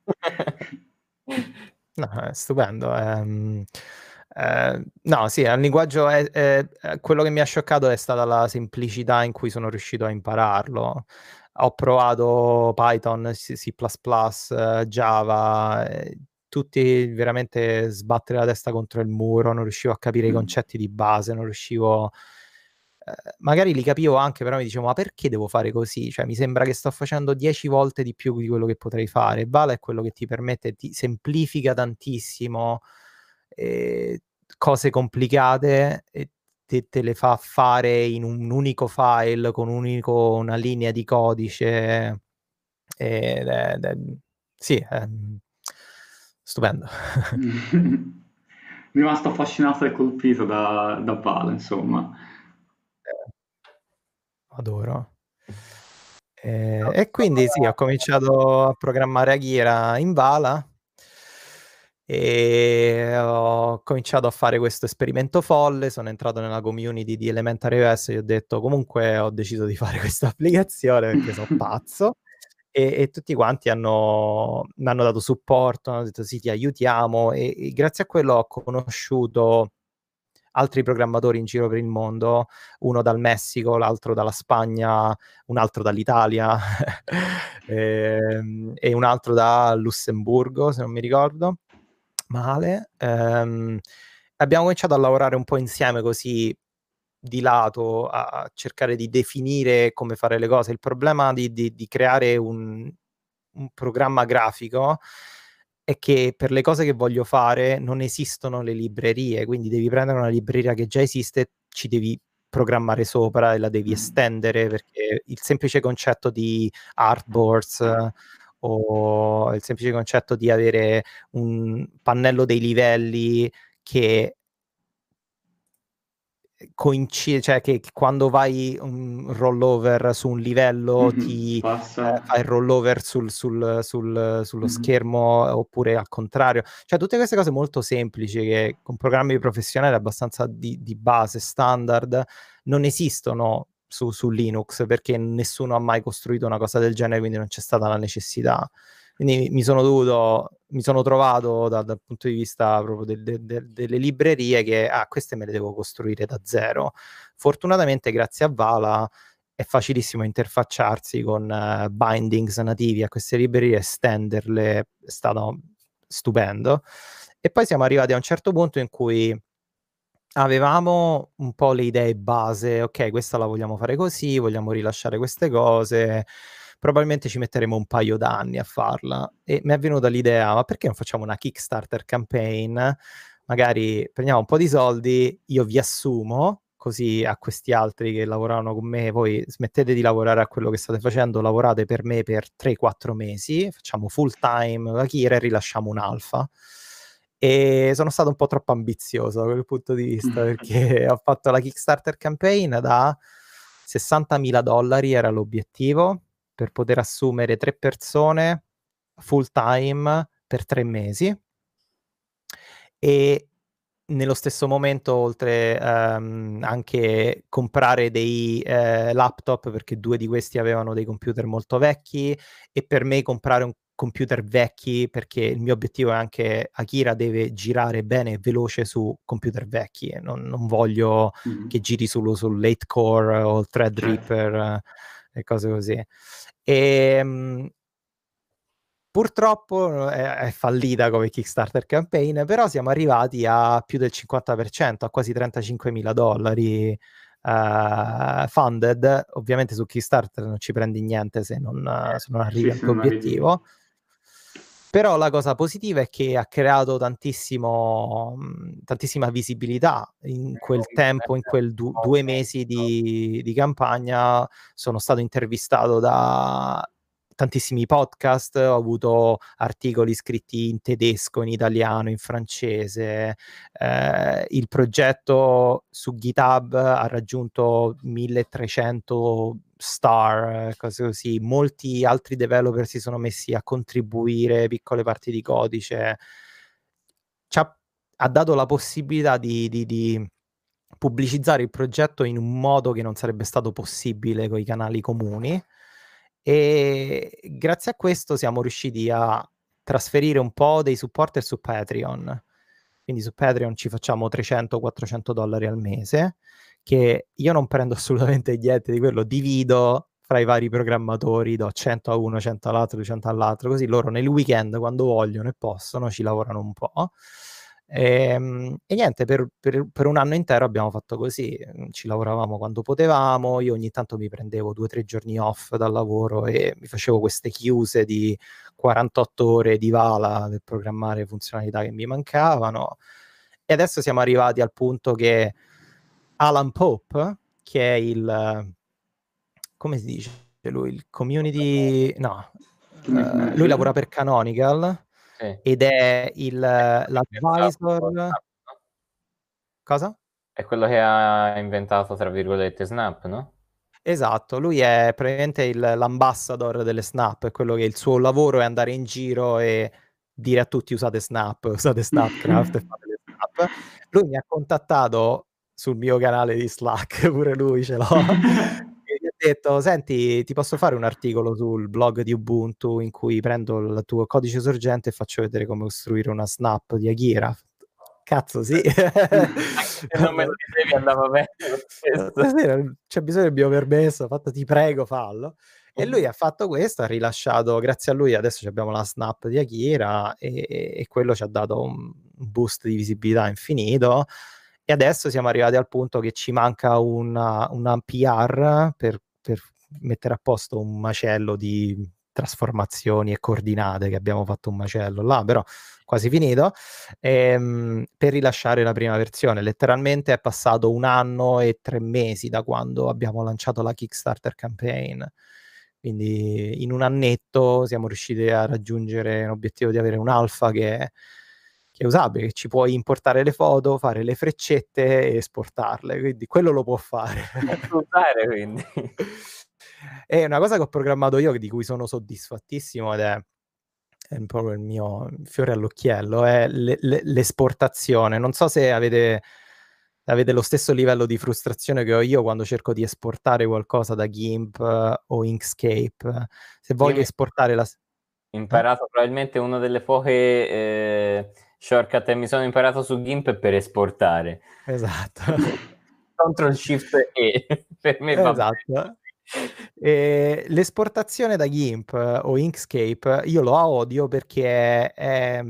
No, è stupendo. ehm, eh, no, sì, è un linguaggio, è- è- è- quello che mi ha scioccato è stata la semplicità in cui sono riuscito a impararlo. Ho provato Python, C++, C++, eh, Java, eh, tutti veramente sbattere la testa contro il muro, non riuscivo a capire i Mm. concetti di base, non riuscivo... eh, magari li capivo anche, però mi dicevo, ma perché devo fare così? Cioè, mi sembra che sto facendo dieci volte di più di quello che potrei fare. Vala è quello che ti permette, ti semplifica tantissimo eh, cose complicate e te, te le fa fare in un unico file con un unico, una linea di codice. Ed è, ed è- sì, è stupendo. Rimasto affascinato e colpito da, da Vala, insomma. Adoro. Eh, e quindi sì, ho cominciato a programmare a Ghira in Vala e ho cominciato a fare questo esperimento folle. Sono entrato nella community di Elementary O S e ho detto comunque ho deciso di fare questa applicazione perché sono pazzo. E, e tutti quanti hanno, mi hanno dato supporto, hanno detto sì, ti aiutiamo e, e grazie a quello ho conosciuto altri programmatori in giro per il mondo, uno dal Messico, l'altro dalla Spagna, un altro dall'Italia ehm, e un altro da Lussemburgo, se non mi ricordo male. Ehm, abbiamo cominciato a lavorare un po' insieme così di lato a, a cercare di definire come fare le cose. Il problema di, di, di creare un, un programma grafico è che per le cose che voglio fare non esistono le librerie, quindi devi prendere una libreria che già esiste, ci devi programmare sopra e la devi Mm. estendere perché il semplice concetto di artboards eh, o il semplice concetto di avere un pannello dei livelli che coincide, cioè che che quando vai un rollover su un livello Mhm. ti eh, Passa. fa il rollover sul, sul- sul- sullo Mhm. schermo oppure al contrario. Cioè tutte queste cose molto semplici che con programmi professionali abbastanza di, di base, standard, non esistono su, su Linux perché nessuno ha mai costruito una cosa del genere, quindi non c'è stata la necessità. Quindi mi sono dovuto, mi sono trovato da- dal punto di vista proprio del- del- del- delle librerie che ah, queste me le devo costruire da zero. Fortunatamente, grazie a Vala è facilissimo interfacciarsi con eh, bindings nativi a queste librerie, estenderle, è stato stupendo. E poi siamo arrivati a un certo punto in cui avevamo un po' le idee base, ok, questa la vogliamo fare così, vogliamo rilasciare queste cose, probabilmente ci metteremo un paio d'anni a farla. E mi è venuta l'idea, ma perché non facciamo una Kickstarter campaign? Magari prendiamo un po' di soldi, io vi assumo, così a questi altri che lavoravano con me, voi smettete di lavorare a quello che state facendo, lavorate per me per tre quattro mesi, facciamo full time la Kira e rilasciamo un'alfa. E sono stato un po' troppo ambizioso da quel punto di vista perché ho fatto la Kickstarter campaign da sessantamila dollari era l'obiettivo per poter assumere tre persone full time per tre mesi e nello stesso momento oltre ehm, anche comprare dei eh, laptop perché due di questi avevano dei computer molto vecchi e per me comprare un computer vecchi perché il mio obiettivo è anche Akira deve girare bene e veloce su computer vecchi e non, non voglio che Mhm. giri solo sull'eight core o il Certo. Threadripper eh, e cose così. E, mh, purtroppo è, è fallita come Kickstarter campaign, però siamo arrivati a più del cinquanta per cento, a quasi trentacinquemila dollari uh, funded. Ovviamente su Kickstarter non ci prendi niente se non, se non arrivi Sì, al se tuo non arrivi. obiettivo. Però la cosa positiva è che ha creato tantissimo, tantissima visibilità in quel tempo, in quel du- due mesi di, di campagna. Sono stato intervistato da tantissimi podcast, ho avuto articoli scritti in tedesco, in italiano, in francese. Eh, il progetto su GitHub ha raggiunto milletrecento star, cose così. Molti altri developer si sono messi a contribuire piccole parti di codice. Ci ha, ha dato la possibilità di, di, di pubblicizzare il progetto in un modo che non sarebbe stato possibile con i canali comuni, e grazie a questo siamo riusciti a trasferire un po' dei supporter su Patreon. Quindi su Patreon ci facciamo trecento quattrocento dollari al mese, che io non prendo assolutamente niente di quello, divido fra i vari programmatori, do cento a uno, cento all'altro, duecento all'altro, così loro nel weekend, quando vogliono e possono, ci lavorano un po'. E, e niente, per, per, per un anno intero abbiamo fatto così, ci lavoravamo quando potevamo, io ogni tanto mi prendevo due o tre giorni off dal lavoro e mi facevo queste chiuse di quarantotto ore di vala per programmare funzionalità che mi mancavano. E adesso siamo arrivati al punto che Alan Pope, che è il, come si dice lui, il community, no, uh, lui lavora per Canonical, sì, ed è il, l'advisor. Cosa? È quello che ha inventato, tra virgolette, Snap, no? Esatto, lui è praticamente il, l'ambassador delle Snap, è quello che il suo lavoro è andare in giro e dire a tutti usate Snap, usate Snapcraft e fate le Snap. Lui mi ha contattato sul mio canale di Slack, pure lui ce l'ho, e gli ho detto, senti, ti posso fare un articolo sul blog di Ubuntu in cui prendo il tuo codice sorgente e faccio vedere come costruire una Snap di Akira. Cazzo, sì. Anche se non me lo dicevi andava bene lo c'è bisogno del mio permesso, fatto, ti prego, fallo. E lui ha fatto questo, ha rilasciato, grazie a lui adesso abbiamo la Snap di Akira, e, e quello ci ha dato un boost di visibilità infinito, e adesso siamo arrivati al punto che ci manca una, una P R per, per mettere a posto un macello di trasformazioni e coordinate, che abbiamo fatto un macello là, però quasi finito, ehm, per rilasciare la prima versione. Letteralmente è passato un anno e tre mesi da quando abbiamo lanciato la Kickstarter campaign, quindi in un annetto siamo riusciti a raggiungere un obiettivo di avere un alfa che, che è usabile, che ci puoi importare le foto, fare le freccette e esportarle, quindi quello lo può fare. Usare, quindi. È una cosa che ho programmato io, di cui sono soddisfattissimo, ed è, è proprio il mio fiore all'occhiello, è le, le, l'esportazione. Non so se avete, avete lo stesso livello di frustrazione che ho io quando cerco di esportare qualcosa da GIMP uh, o Inkscape. Se voglio io esportare la... imparato, eh? Probabilmente una delle poche eh, shortcut che mi sono imparato su GIMP per esportare. Esatto. Control Shift E, per me va esatto. bene. E l'esportazione da GIMP o Inkscape io lo odio, perché è, è,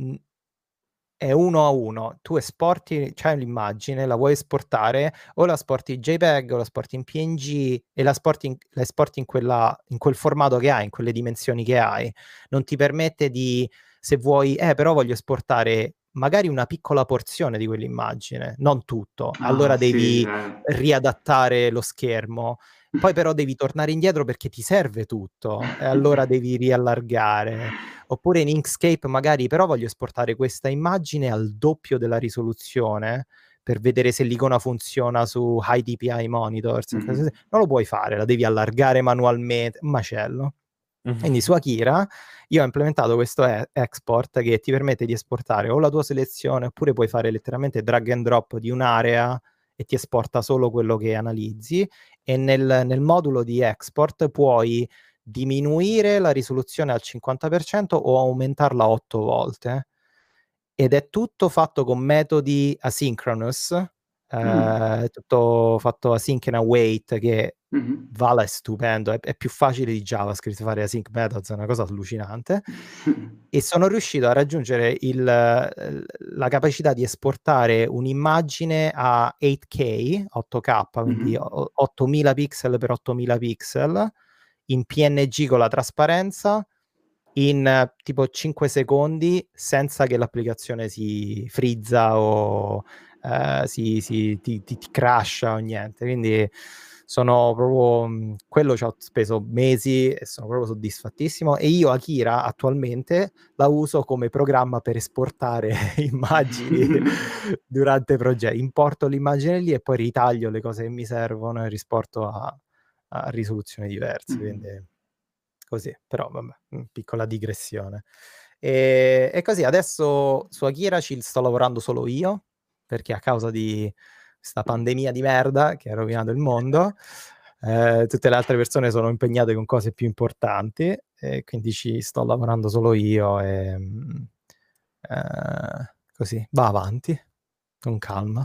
è uno a uno. Tu esporti, c'hai l'immagine, la vuoi esportare, o la esporti in JPEG o la esporti in P N G, e la esporti in, la esporti in, quella, in quel formato che hai, in quelle dimensioni che hai. Non ti permette di, se vuoi, eh però voglio esportare magari una piccola porzione di quell'immagine, non tutto, allora ah, devi sì, eh. riadattare lo schermo. Poi però devi tornare indietro perché ti serve tutto, e allora devi riallargare. Oppure in Inkscape magari però voglio esportare questa immagine al doppio della risoluzione per vedere se l'icona funziona su high D P I monitors. Mm-hmm. Non lo puoi fare, la devi allargare manualmente, un macello. Mm-hmm. Quindi su Akira io ho implementato questo export che ti permette di esportare o la tua selezione, oppure puoi fare letteralmente drag and drop di un'area e ti esporta solo quello che analizzi, e nel, nel modulo di export puoi diminuire la risoluzione al cinquanta per cento o aumentarla otto volte, ed è tutto fatto con metodi asynchronous, mm. eh, tutto fatto async and await, che mm-hmm. Vala è stupendo, è, è più facile di JavaScript fare async methods, è una cosa allucinante. E sono riuscito a raggiungere il, la capacità di esportare un'immagine a otto K, otto K, quindi mm-hmm. ottomila pixel per ottomila pixel, in P N G con la trasparenza, in uh, tipo cinque secondi senza che l'applicazione si frizza o uh, si, si ti, ti, ti crasha o niente. Quindi sono proprio mh, quello ci ho speso mesi e sono proprio soddisfattissimo. E io Akira attualmente la uso come programma per esportare immagini durante progetti. Importo l'immagine lì e poi ritaglio le cose che mi servono e risporto a, a risoluzioni diverse. Mm. Quindi così, però vabbè, piccola digressione. E, e così adesso su Akira ci sto lavorando solo io, perché a causa di questa pandemia di merda che ha rovinato il mondo, eh, tutte le altre persone sono impegnate con cose più importanti e quindi ci sto lavorando solo io e eh, così, va avanti, con calma.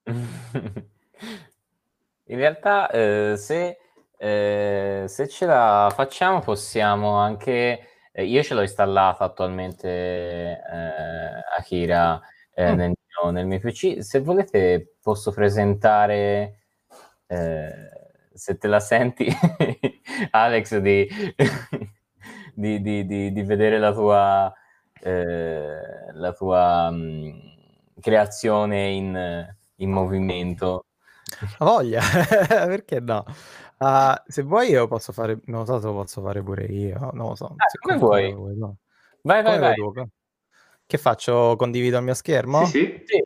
In realtà, eh, se, eh, se ce la facciamo, possiamo anche... Eh, io ce l'ho installata attualmente, eh, Akira, eh, Mm. nel, mio, nel mio P C. Se volete, posso presentare, eh, se te la senti, Alex, di, di, di, di, di vedere la tua, eh, la tua mh, creazione in, in movimento. A voglia, perché no? Uh, se vuoi io posso fare, non lo so se lo posso fare pure io, non lo so, Ah, se- come com- come vuoi? lo vuoi, no? Vai, vai, Come vai. vuoi tu? Che faccio? Condivido il mio Sì, schermo? sì. Sì.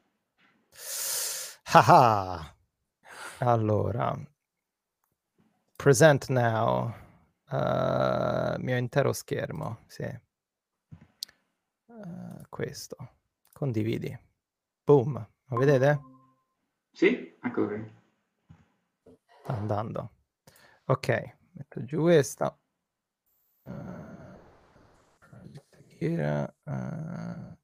Ah ah. Allora, present now, uh, mio intero schermo, sì. Uh, questo, condividi. Boom, lo vedete? Sì, ecco qui. Sta andando. Ok, metto giù questa. Uh, Akira, uh,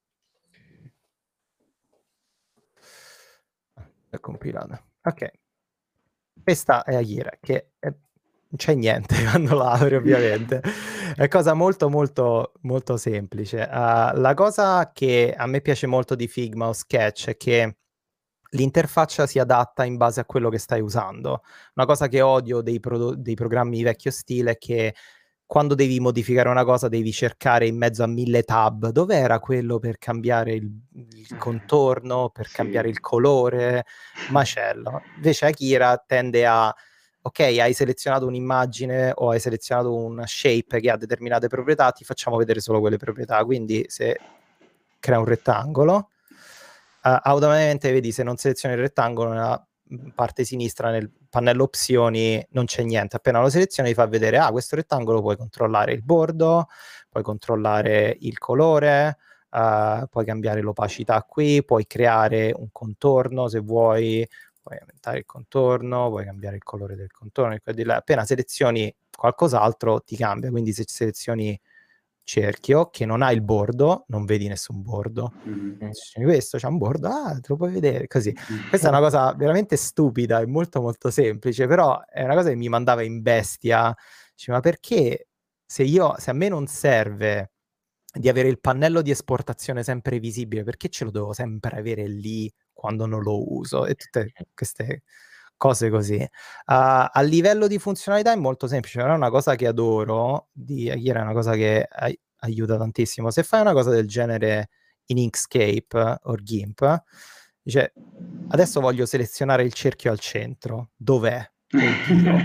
è compilata. Ok. Questa è Akira, che è, non c'è niente quando la apri ovviamente. È cosa molto molto molto semplice. Uh, la cosa che a me piace molto di Figma o Sketch è che l'interfaccia si adatta in base a quello che stai usando. Una cosa che odio dei, pro- dei programmi vecchio stile è che quando devi modificare una cosa devi cercare in mezzo a mille tab dove era quello per cambiare il, il contorno, per Sì. cambiare il colore, macello. Invece Akira tende a, ok, hai selezionato un'immagine o hai selezionato una shape che ha determinate proprietà, ti facciamo vedere solo quelle proprietà. Quindi se crea un rettangolo, Uh, automaticamente vedi se non selezioni il rettangolo nella parte sinistra nel pannello opzioni non c'è niente, appena lo selezioni ti fa vedere ah questo rettangolo puoi controllare il bordo, puoi controllare il colore, uh, puoi cambiare l'opacità qui, puoi creare un contorno se vuoi, puoi aumentare il contorno, puoi cambiare il colore del contorno, appena selezioni qualcos'altro ti cambia, quindi se selezioni cerchio che non ha il bordo, non vedi nessun bordo. Mm-hmm. Questo c'ha un bordo, ah, te lo puoi vedere così. Questa è una cosa veramente stupida e molto molto semplice, però è una cosa che mi mandava in bestia. Cioè, ma perché se io, se a me non serve di avere il pannello di esportazione sempre visibile, perché ce lo devo sempre avere lì quando non lo uso? E tutte queste cose così. Uh, a livello di funzionalità è molto semplice, però è una cosa che adoro di Akira, è una cosa che ai- aiuta tantissimo. Se fai una cosa del genere in Inkscape o GIMP, dice adesso voglio selezionare il cerchio al centro, dov'è? Oddio.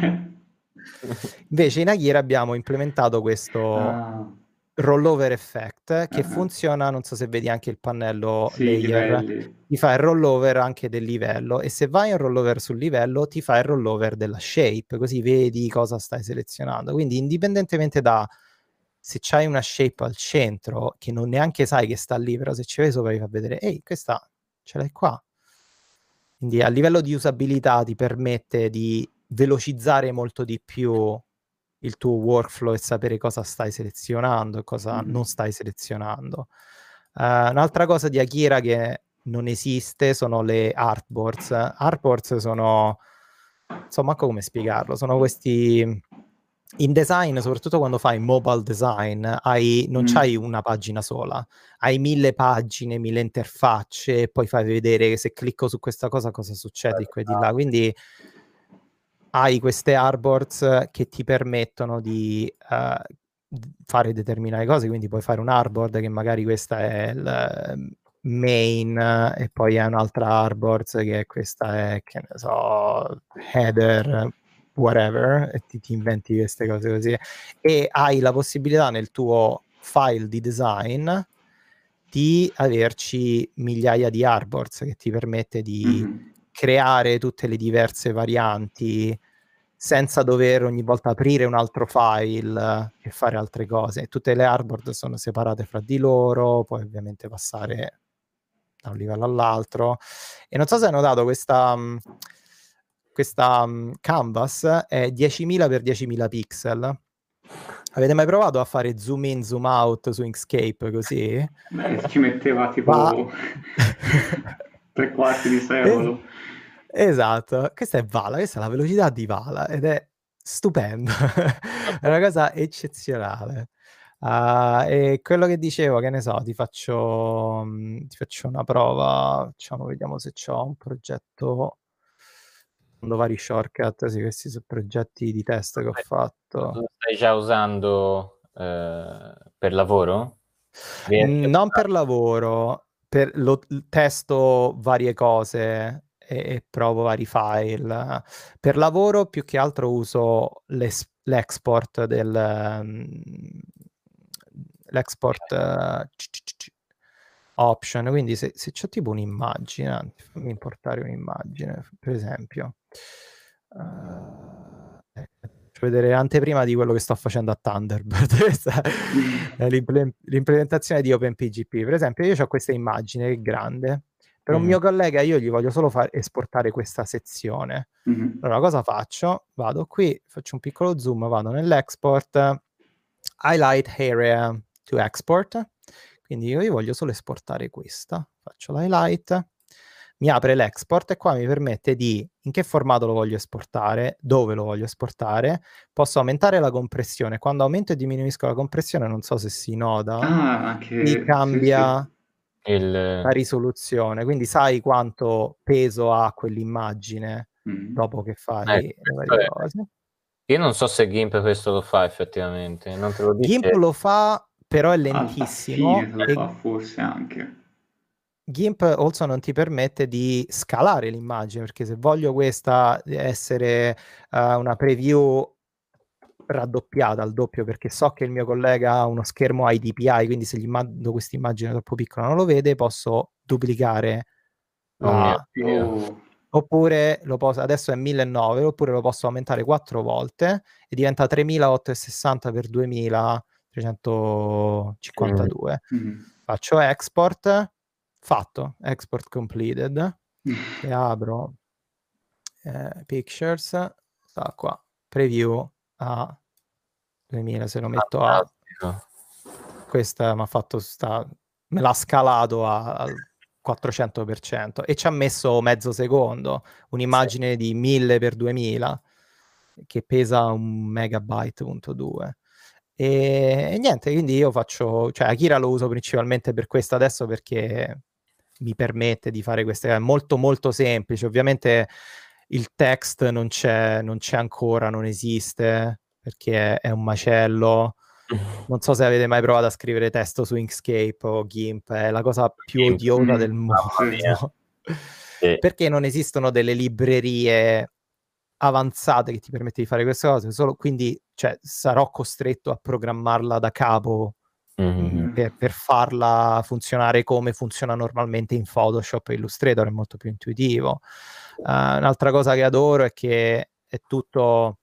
Invece in Akira abbiamo implementato questo Ah, rollover effect che ah, ah. funziona, non so se vedi anche il pannello Sì, i layer, livelli. ti fa il rollover anche del livello e se vai in rollover sul livello ti fa il rollover della shape, così vedi cosa stai selezionando. Quindi indipendentemente da se c'hai una shape al centro che non neanche sai che sta lì, però se ci vai sopra ti fa vedere, ehi, questa ce l'hai qua. Quindi a livello di usabilità ti permette di velocizzare molto di più il tuo workflow e sapere cosa stai selezionando e cosa Mm-hmm. non stai selezionando. Uh, un'altra cosa di Akira che non esiste sono le artboards. Artboards sono, insomma, come spiegarlo? Sono questi... In design, soprattutto quando fai mobile design, hai, non Mm. c'hai una pagina sola, hai mille pagine, mille interfacce, e poi fai vedere se clicco su questa cosa cosa succede di qua e di là. Quindi hai queste artboards che ti permettono di uh, fare determinate cose, quindi puoi fare un artboard che magari questa è il main e poi è un'altra artboard che questa è, che ne so, header, whatever, e ti, ti inventi queste cose così, e hai la possibilità nel tuo file di design di averci migliaia di artboards, che ti permette di Mhm. creare tutte le diverse varianti senza dover ogni volta aprire un altro file e fare altre cose. E tutte le artboard sono separate fra di loro, puoi ovviamente passare da un livello all'altro. E non so se hai notato, questa, mh, questa mh, canvas è diecimila per diecimila pixel. Avete mai provato a fare zoom in, zoom out su Inkscape così? Beh, ci metteva Ma... tipo tre quarti di Es- secolo. esatto, questa è Vala, questa è la velocità di Vala ed è stupendo, è una cosa eccezionale. Uh, e quello che dicevo, che ne so, ti faccio, mh, ti faccio una prova, facciamo, vediamo se c'ho un progetto, vari shortcut, sì, questi sono progetti di test che ho fatto. Lo stai già usando eh, per lavoro? Riesci a Non per usarlo? lavoro, per lo testo varie cose e, e provo vari file. Per lavoro più che altro uso l'es- l'export del um, l'export uh, c- c- c- option, quindi se, se c'è tipo un'immagine, anzi, fammi importare un'immagine, per esempio. Uh, faccio vedere anteprima di quello che sto facendo a Thunderbird. Questa è l'imple- l'implementazione di OpenPGP. Per esempio, io ho questa immagine che è grande. Per un Mhm. mio collega io gli voglio solo far esportare questa sezione. Mhm. Allora, cosa faccio? Vado qui, faccio un piccolo zoom, vado nell'export, highlight area to export. Quindi io, io voglio solo esportare questa. Faccio l'highlight, mi apre l'export e qua mi permette di in che formato lo voglio esportare, dove lo voglio esportare. Posso aumentare la compressione. Quando aumento e diminuisco la compressione, non so se si nota, Ah, mi anche... Sì, sì. cambia Il... la risoluzione. Quindi sai quanto peso ha quell'immagine Mhm. dopo che eh, fai le questo varie è- cose. Io non so se GIMP questo lo fa effettivamente, non te lo GIMP dice? lo fa, però è Alla fine lentissimo te lo e fa forse anche. GIMP also non ti permette di scalare l'immagine, perché se voglio questa essere uh, una preview raddoppiata al doppio, perché so che il mio collega ha uno schermo I D P I, quindi se gli mando questa immagine troppo piccola non lo vede, posso duplicare Oh mio la... Dio. Oh. Oppure lo posso, adesso è millenovecento, oppure lo posso aumentare quattro volte e diventa tremilaottocentosessanta per Mm. duemilatrecentocinquantadue. Mhm. Faccio export, fatto, export completed. Mhm. Se apro eh, pictures, sta qua, preview a duemila, se lo metto a Fantastico. questa mi ha fatto sta, me l'ha scalato a- al quattrocento per cento e ci ha messo mezzo secondo, Sì. un'immagine di mille per duemila che pesa un megabyte punto due. E, e niente, quindi io faccio, cioè Akira lo uso principalmente per questo adesso, perché mi permette di fare queste cose, è molto molto semplice. Ovviamente il text non c'è, non c'è ancora, non esiste, perché è, è un macello. Non so se avete mai provato a scrivere testo su Inkscape o GIMP, è la cosa più GIMP, odiosa del Mm, mamma sì. mia. mondo. Sì. Perché non esistono delle librerie avanzate che ti permette di fare queste cose, solo, quindi cioè, sarò costretto a programmarla da capo Mhm. mh, per, per farla funzionare come funziona normalmente in Photoshop e Illustrator, è molto più intuitivo. Uh, un'altra cosa che adoro è che è tutto...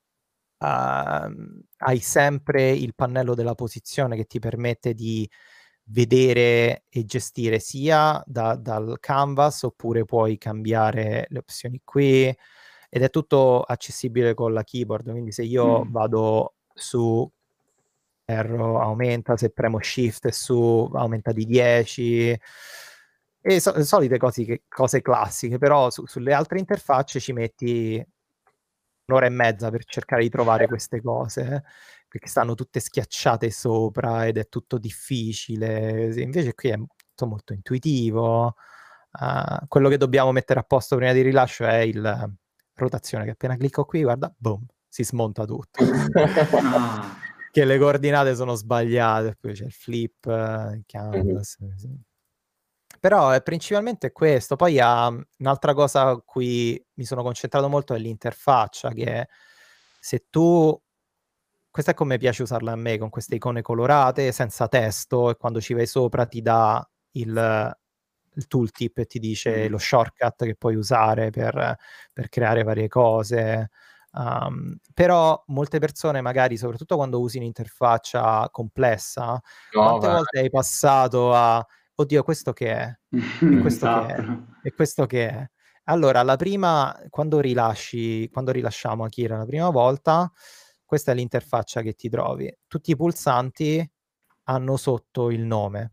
Uh, hai sempre il pannello della posizione che ti permette di vedere e gestire sia da, dal canvas, oppure puoi cambiare le opzioni qui, ed è tutto accessibile con la keyboard. Quindi se io Mm. vado su arrow aumenta, se premo shift e su aumenta di dieci, e so, solite cose, che, cose classiche, però su, sulle altre interfacce ci metti un'ora e mezza per cercare di trovare queste cose, eh, perché stanno tutte schiacciate sopra ed è tutto difficile. Invece qui è tutto molto intuitivo. Uh, quello che dobbiamo mettere a posto prima di rilascio è il rotazione, che appena clicco qui, guarda, boom, si smonta tutto. Ah. che le coordinate sono sbagliate, poi c'è il flip, il canvas, Mhm. sì. Però è principalmente questo. Poi ha un'altra cosa a cui mi sono concentrato molto è l'interfaccia, che se tu, questa è come piace usarla a me, con queste icone colorate senza testo, e quando ci vai sopra ti dà il, il tooltip e ti dice Mm. lo shortcut che puoi usare per, per creare varie cose. Um, però molte persone magari, soprattutto quando usi un'interfaccia complessa, quante Nuova. volte hai passato a oddio, questo che è? E questo che è? Esatto. E questo che è? Allora, la prima, quando rilasci, quando rilasciamo Akira la prima volta, questa è l'interfaccia che ti trovi. Tutti i pulsanti hanno sotto il nome.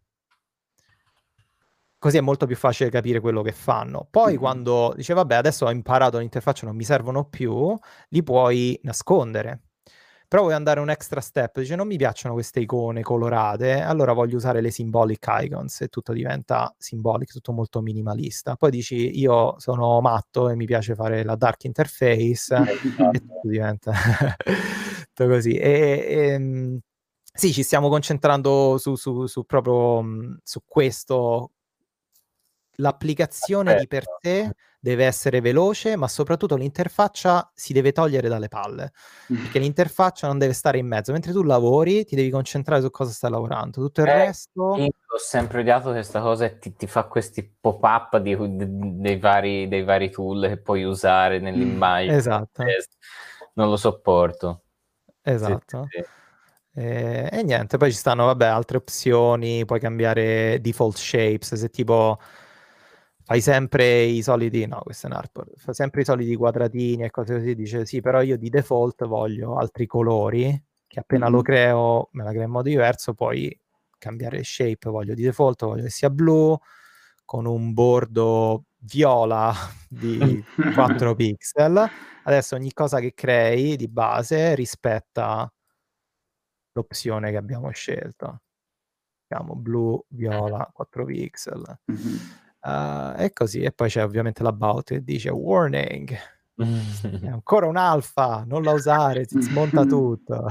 Così è molto più facile capire quello che fanno. Poi Mhm. quando dice, vabbè, adesso ho imparato l'interfaccia, non mi servono più, li puoi nascondere. Però vuoi andare un extra step, dice, non mi piacciono queste icone colorate, allora voglio usare le symbolic icons e tutto diventa symbolic, tutto molto minimalista. Poi dici, io sono matto e mi piace fare la dark interface e tutto diventa tutto così. E, e, sì, ci stiamo concentrando su, su, su proprio mh, su questo. L'applicazione di per sé deve essere veloce, ma soprattutto l'interfaccia si deve togliere dalle palle, perché l'interfaccia non deve stare in mezzo. Mentre tu lavori, ti devi concentrare su cosa stai lavorando. Tutto il Eh, resto... sì, ho sempre odiato questa cosa e ti, ti fa questi pop-up di- di- dei vari, dei vari tool che puoi usare nell'immagine. Esatto, Non lo sopporto. Sì, esatto. sì, sì. E, e niente, poi ci stanno, vabbè, altre opzioni, puoi cambiare default shapes, se tipo fai sempre i soliti, no, questo è un artboard, fai sempre i soliti quadratini e cose così, dice sì, però io di default voglio altri colori, che appena lo Mhm. creo, me la creo in modo diverso, poi cambiare shape, voglio di default, voglio che sia blu, con un bordo viola di quattro pixel. Adesso ogni cosa che crei di base rispetta l'opzione che abbiamo scelto. Chiamo blu, viola, quattro pixel. Mhm. Uh, e così, e poi c'è ovviamente l'about che dice warning, è ancora un'alfa, non la usare, si smonta tutto.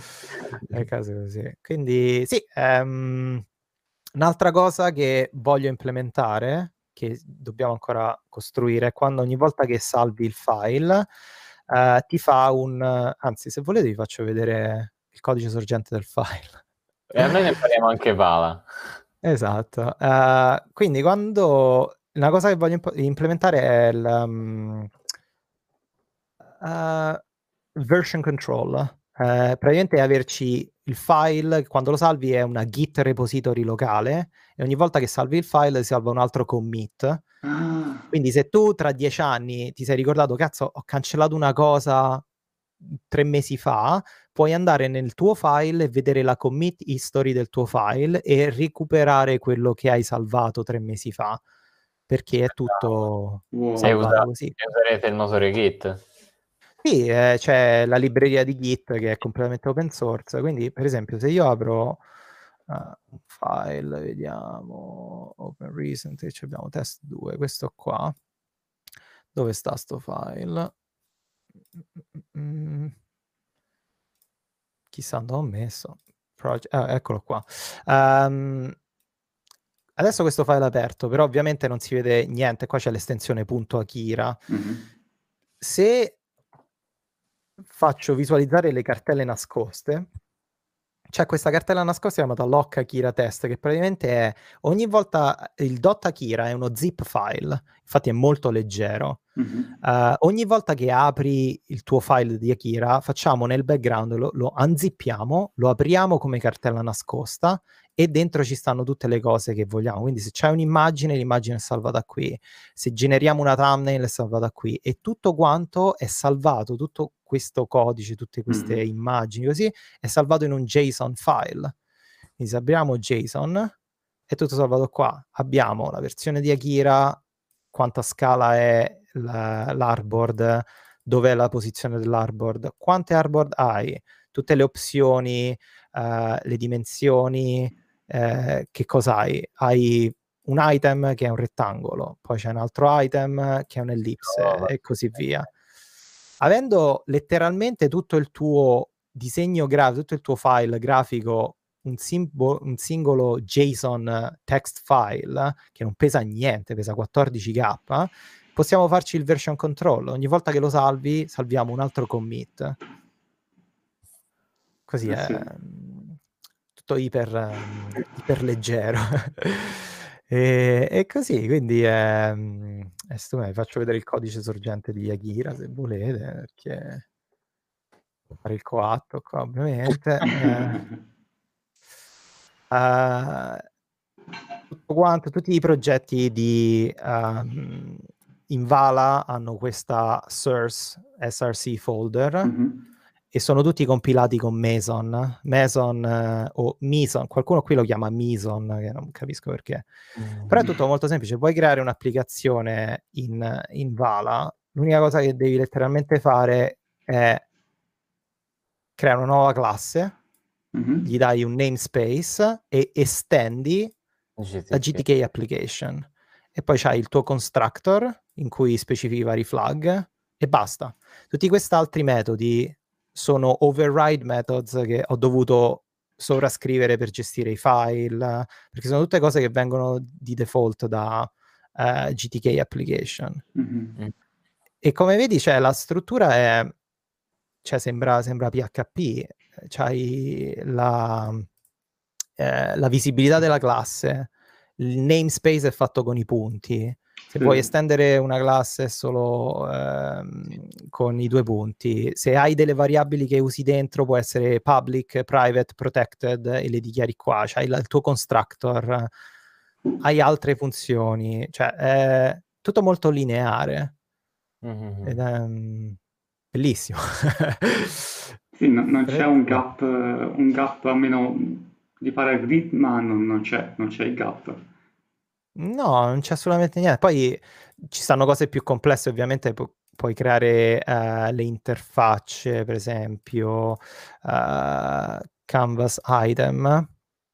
E cose così. Quindi sì, um, un'altra cosa che voglio implementare, che dobbiamo ancora costruire, è quando ogni volta che salvi il file, uh, ti fa un... Anzi, se volete vi faccio vedere il codice sorgente del file. E a noi ne parliamo anche Vala. Esatto. Uh, quindi quando... Una cosa che voglio imp- implementare è il... Um, uh, version control. Uh, praticamente è averci il file, quando lo salvi è una git repository locale e ogni volta che salvi il file si salva un altro commit. Ah. Quindi se tu tra dieci anni ti sei ricordato, cazzo, ho cancellato una cosa tre mesi fa, puoi andare nel tuo file e vedere la commit history del tuo file e recuperare quello che hai salvato tre mesi fa, perché è tutto Wow. E salvato usa- così. e userete il motore Git? Sì, eh, c'è la libreria di Git che è completamente open source, quindi per esempio se io apro uh, un file, vediamo, open recent, ci abbiamo test due, questo qua, dove sta sto file? Mm, chissà dove ho messo. Proge- ah, eccolo qua. Um, adesso questo file è aperto, però ovviamente non si vede niente, qua c'è l'estensione .akira. Mhm. Se faccio visualizzare le cartelle nascoste, c'è questa cartella nascosta chiamata lock Akira test, che praticamente è ogni volta il .akira è uno zip file, infatti è molto leggero. Mhm. Uh, ogni volta che apri il tuo file di Akira, facciamo nel background, lo, lo unzippiamo, lo apriamo come cartella nascosta e dentro ci stanno tutte le cose che vogliamo. Quindi se c'è un'immagine, l'immagine è salvata qui. Se generiamo una thumbnail è salvata qui. E tutto quanto è salvato, tutto questo codice, tutte queste Mhm. immagini così, è salvato in un JSON file. Quindi se apriamo JSON, è tutto salvato qua. Abbiamo la versione di Akira, quanta scala è la, l'artboard, dov'è la posizione dell'artboard, quante artboard hai, tutte le opzioni, uh, le dimensioni, eh, che cosa hai? Hai un item che è un rettangolo, poi c'è un altro item che è un'ellisse Oh, e così via. Avendo letteralmente tutto il tuo disegno grafico, tutto il tuo file grafico, un, simbo- un singolo JSON text file che non pesa niente, pesa quattordici K, possiamo farci il version control. Ogni volta che lo salvi, salviamo un altro commit. Così Eh è sì. tutto iper, um, iper leggero. e, e così, quindi è, è stupendo. Vi faccio vedere il codice sorgente di Akira, se volete, perché fare il coatto qua, ovviamente. eh, uh, tutto quanto, tutti i progetti di um, Invala hanno questa source S R C folder Mm-hmm. e sono tutti compilati con Meson, Meson eh, o Meson, qualcuno qui lo chiama Meson, che non capisco perché. Mm. Però è tutto molto semplice, puoi creare un'applicazione in, in Vala, l'unica cosa che devi letteralmente fare è creare una nuova classe, Mm-hmm. gli dai un namespace e estendi G T K. la G T K application e poi c'hai il tuo constructor in cui specifichi i vari flag e basta. Tutti questi altri metodi sono override methods che ho dovuto sovrascrivere per gestire i file, perché sono tutte cose che vengono di default da uh, G T K application. Mm-hmm. E come vedi, cioè, la struttura è, cioè, sembra, sembra P H P, c'hai la, eh, la visibilità della classe, il namespace è fatto con i punti. Se Sì. vuoi estendere una classe solo ehm, con i due punti, se hai delle variabili che usi dentro, può essere public, private, protected e le dichiari qua. C'hai il tuo constructor, hai altre funzioni, cioè è tutto molto lineare. Mm-hmm. Ed è um, bellissimo. Sì, no, non c'è un gap, un gap almeno di fare grid, ma non, non c'è, non c'è il gap. No, non c'è assolutamente niente. Poi ci stanno cose più complesse, ovviamente pu- puoi creare uh, le interfacce, per esempio uh, Canvas item.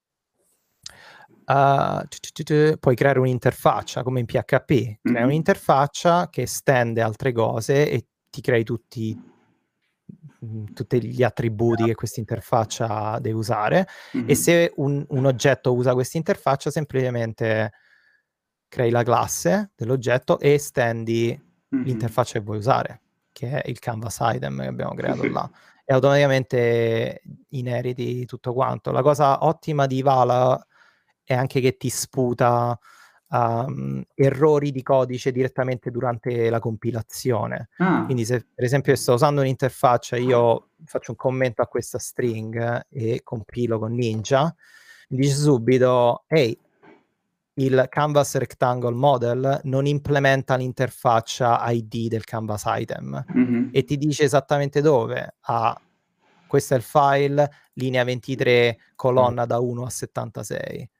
Uh, tu- tu- tu- puoi creare un'interfaccia come in P H P, crei Mm-hmm. un'interfaccia che estende altre cose e ti crei tutti tutti gli attributi che questa interfaccia deve usare. Mm-hmm. E se un, un oggetto usa questa interfaccia, semplicemente crei la classe dell'oggetto e estendi Mm-hmm. l'interfaccia che vuoi usare, che è il canvas item che abbiamo creato Sì, sì. là, e automaticamente ineriti tutto quanto. La cosa ottima di Vala è anche che ti sputa um, errori di codice direttamente durante la compilazione. Ah, Quindi se per esempio sto usando un'interfaccia, io faccio un commento a questa string e compilo con Ninja, mi dice subito, ehi, il Canvas Rectangle Model non implementa l'interfaccia I D del Canvas Item mm-hmm. e ti dice esattamente dove. Ah, questo è il file, linea ventitré, colonna da uno a settantasei.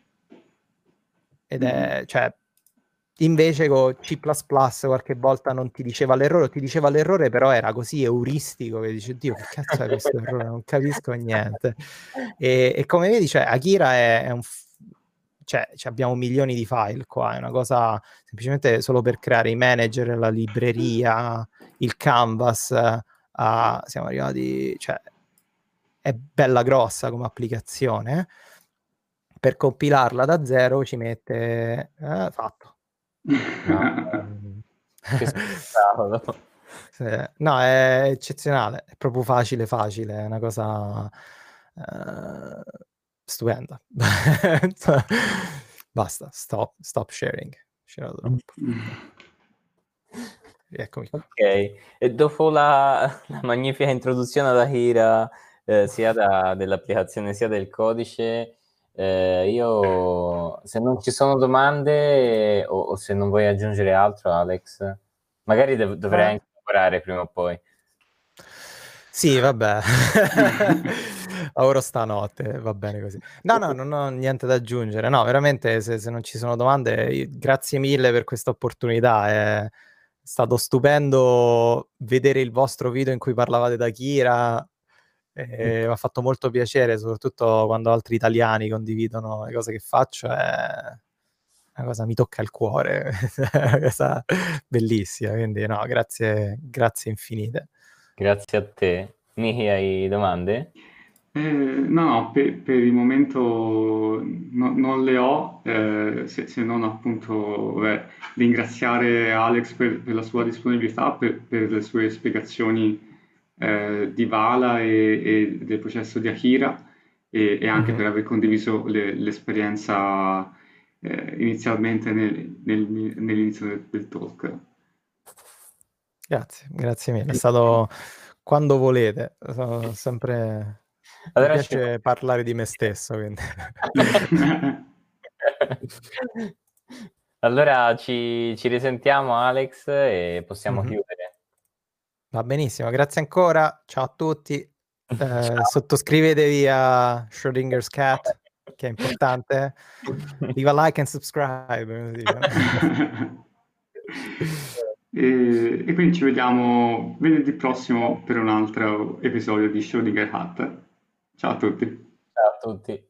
Ed è, cioè, invece con C plus plus qualche volta non ti diceva l'errore, ti diceva l'errore, però era così euristico che dici, Dio, che cazzo è questo errore? Non capisco niente. E, e come vedi, cioè, Akira è, è un... F- cioè, abbiamo milioni di file qua, è una cosa semplicemente solo per creare i manager, la libreria, il canvas, uh, siamo arrivati, cioè, è bella grossa come applicazione. Per compilarla da zero ci mette eh, fatto. No, che spettacolo. Sì. No, è eccezionale, è proprio facile facile, è una cosa uh, stupenda. Basta, stop, stop sharing. Share troppo. Eccomi qua. Ok, e dopo la, la magnifica introduzione ad Akira, eh, sia da, dell'applicazione sia del codice, eh, io se non ci sono domande o, o se non vuoi aggiungere altro, Alex, magari dov- dovrei Eh. anche lavorare prima o poi. Sì, vabbè. Lavoro stanotte, va bene così. No, no, non ho niente da aggiungere. No, veramente, se, se non ci sono domande, io- grazie mille per questa opportunità. È stato stupendo vedere il vostro video in cui parlavate d'Akira. E mi ha fatto molto piacere, soprattutto quando altri italiani condividono le cose che faccio. È una cosa mi tocca il cuore, è una cosa bellissima. Quindi, no, grazie, grazie infinite. Grazie a te. Michi, hai domande? Eh, no, no, per, per il momento no- non le ho, eh, se, se non appunto beh, ringraziare Alex per, per la sua disponibilità, per, per le sue spiegazioni eh, di Vala e, e del processo di Akira e, e anche Mhm. per aver condiviso le- l'esperienza eh, inizialmente nel- nel- nell'inizio del, del talk. Grazie, grazie mille. È stato quando volete. Sono sempre... Mi Allora ci... piace parlare di me stesso, quindi... Allora ci, ci risentiamo, Alex, e possiamo Mhm. chiudere. Va benissimo, grazie ancora. Ciao a tutti. Eh, Ciao. sottoscrivetevi a Schrodinger's Cat, che è importante. Leave a like and subscribe, come si dice. E, e quindi ci vediamo venerdì prossimo per un altro episodio di Schrödinger Hat. Ciao a tutti. Ciao a tutti.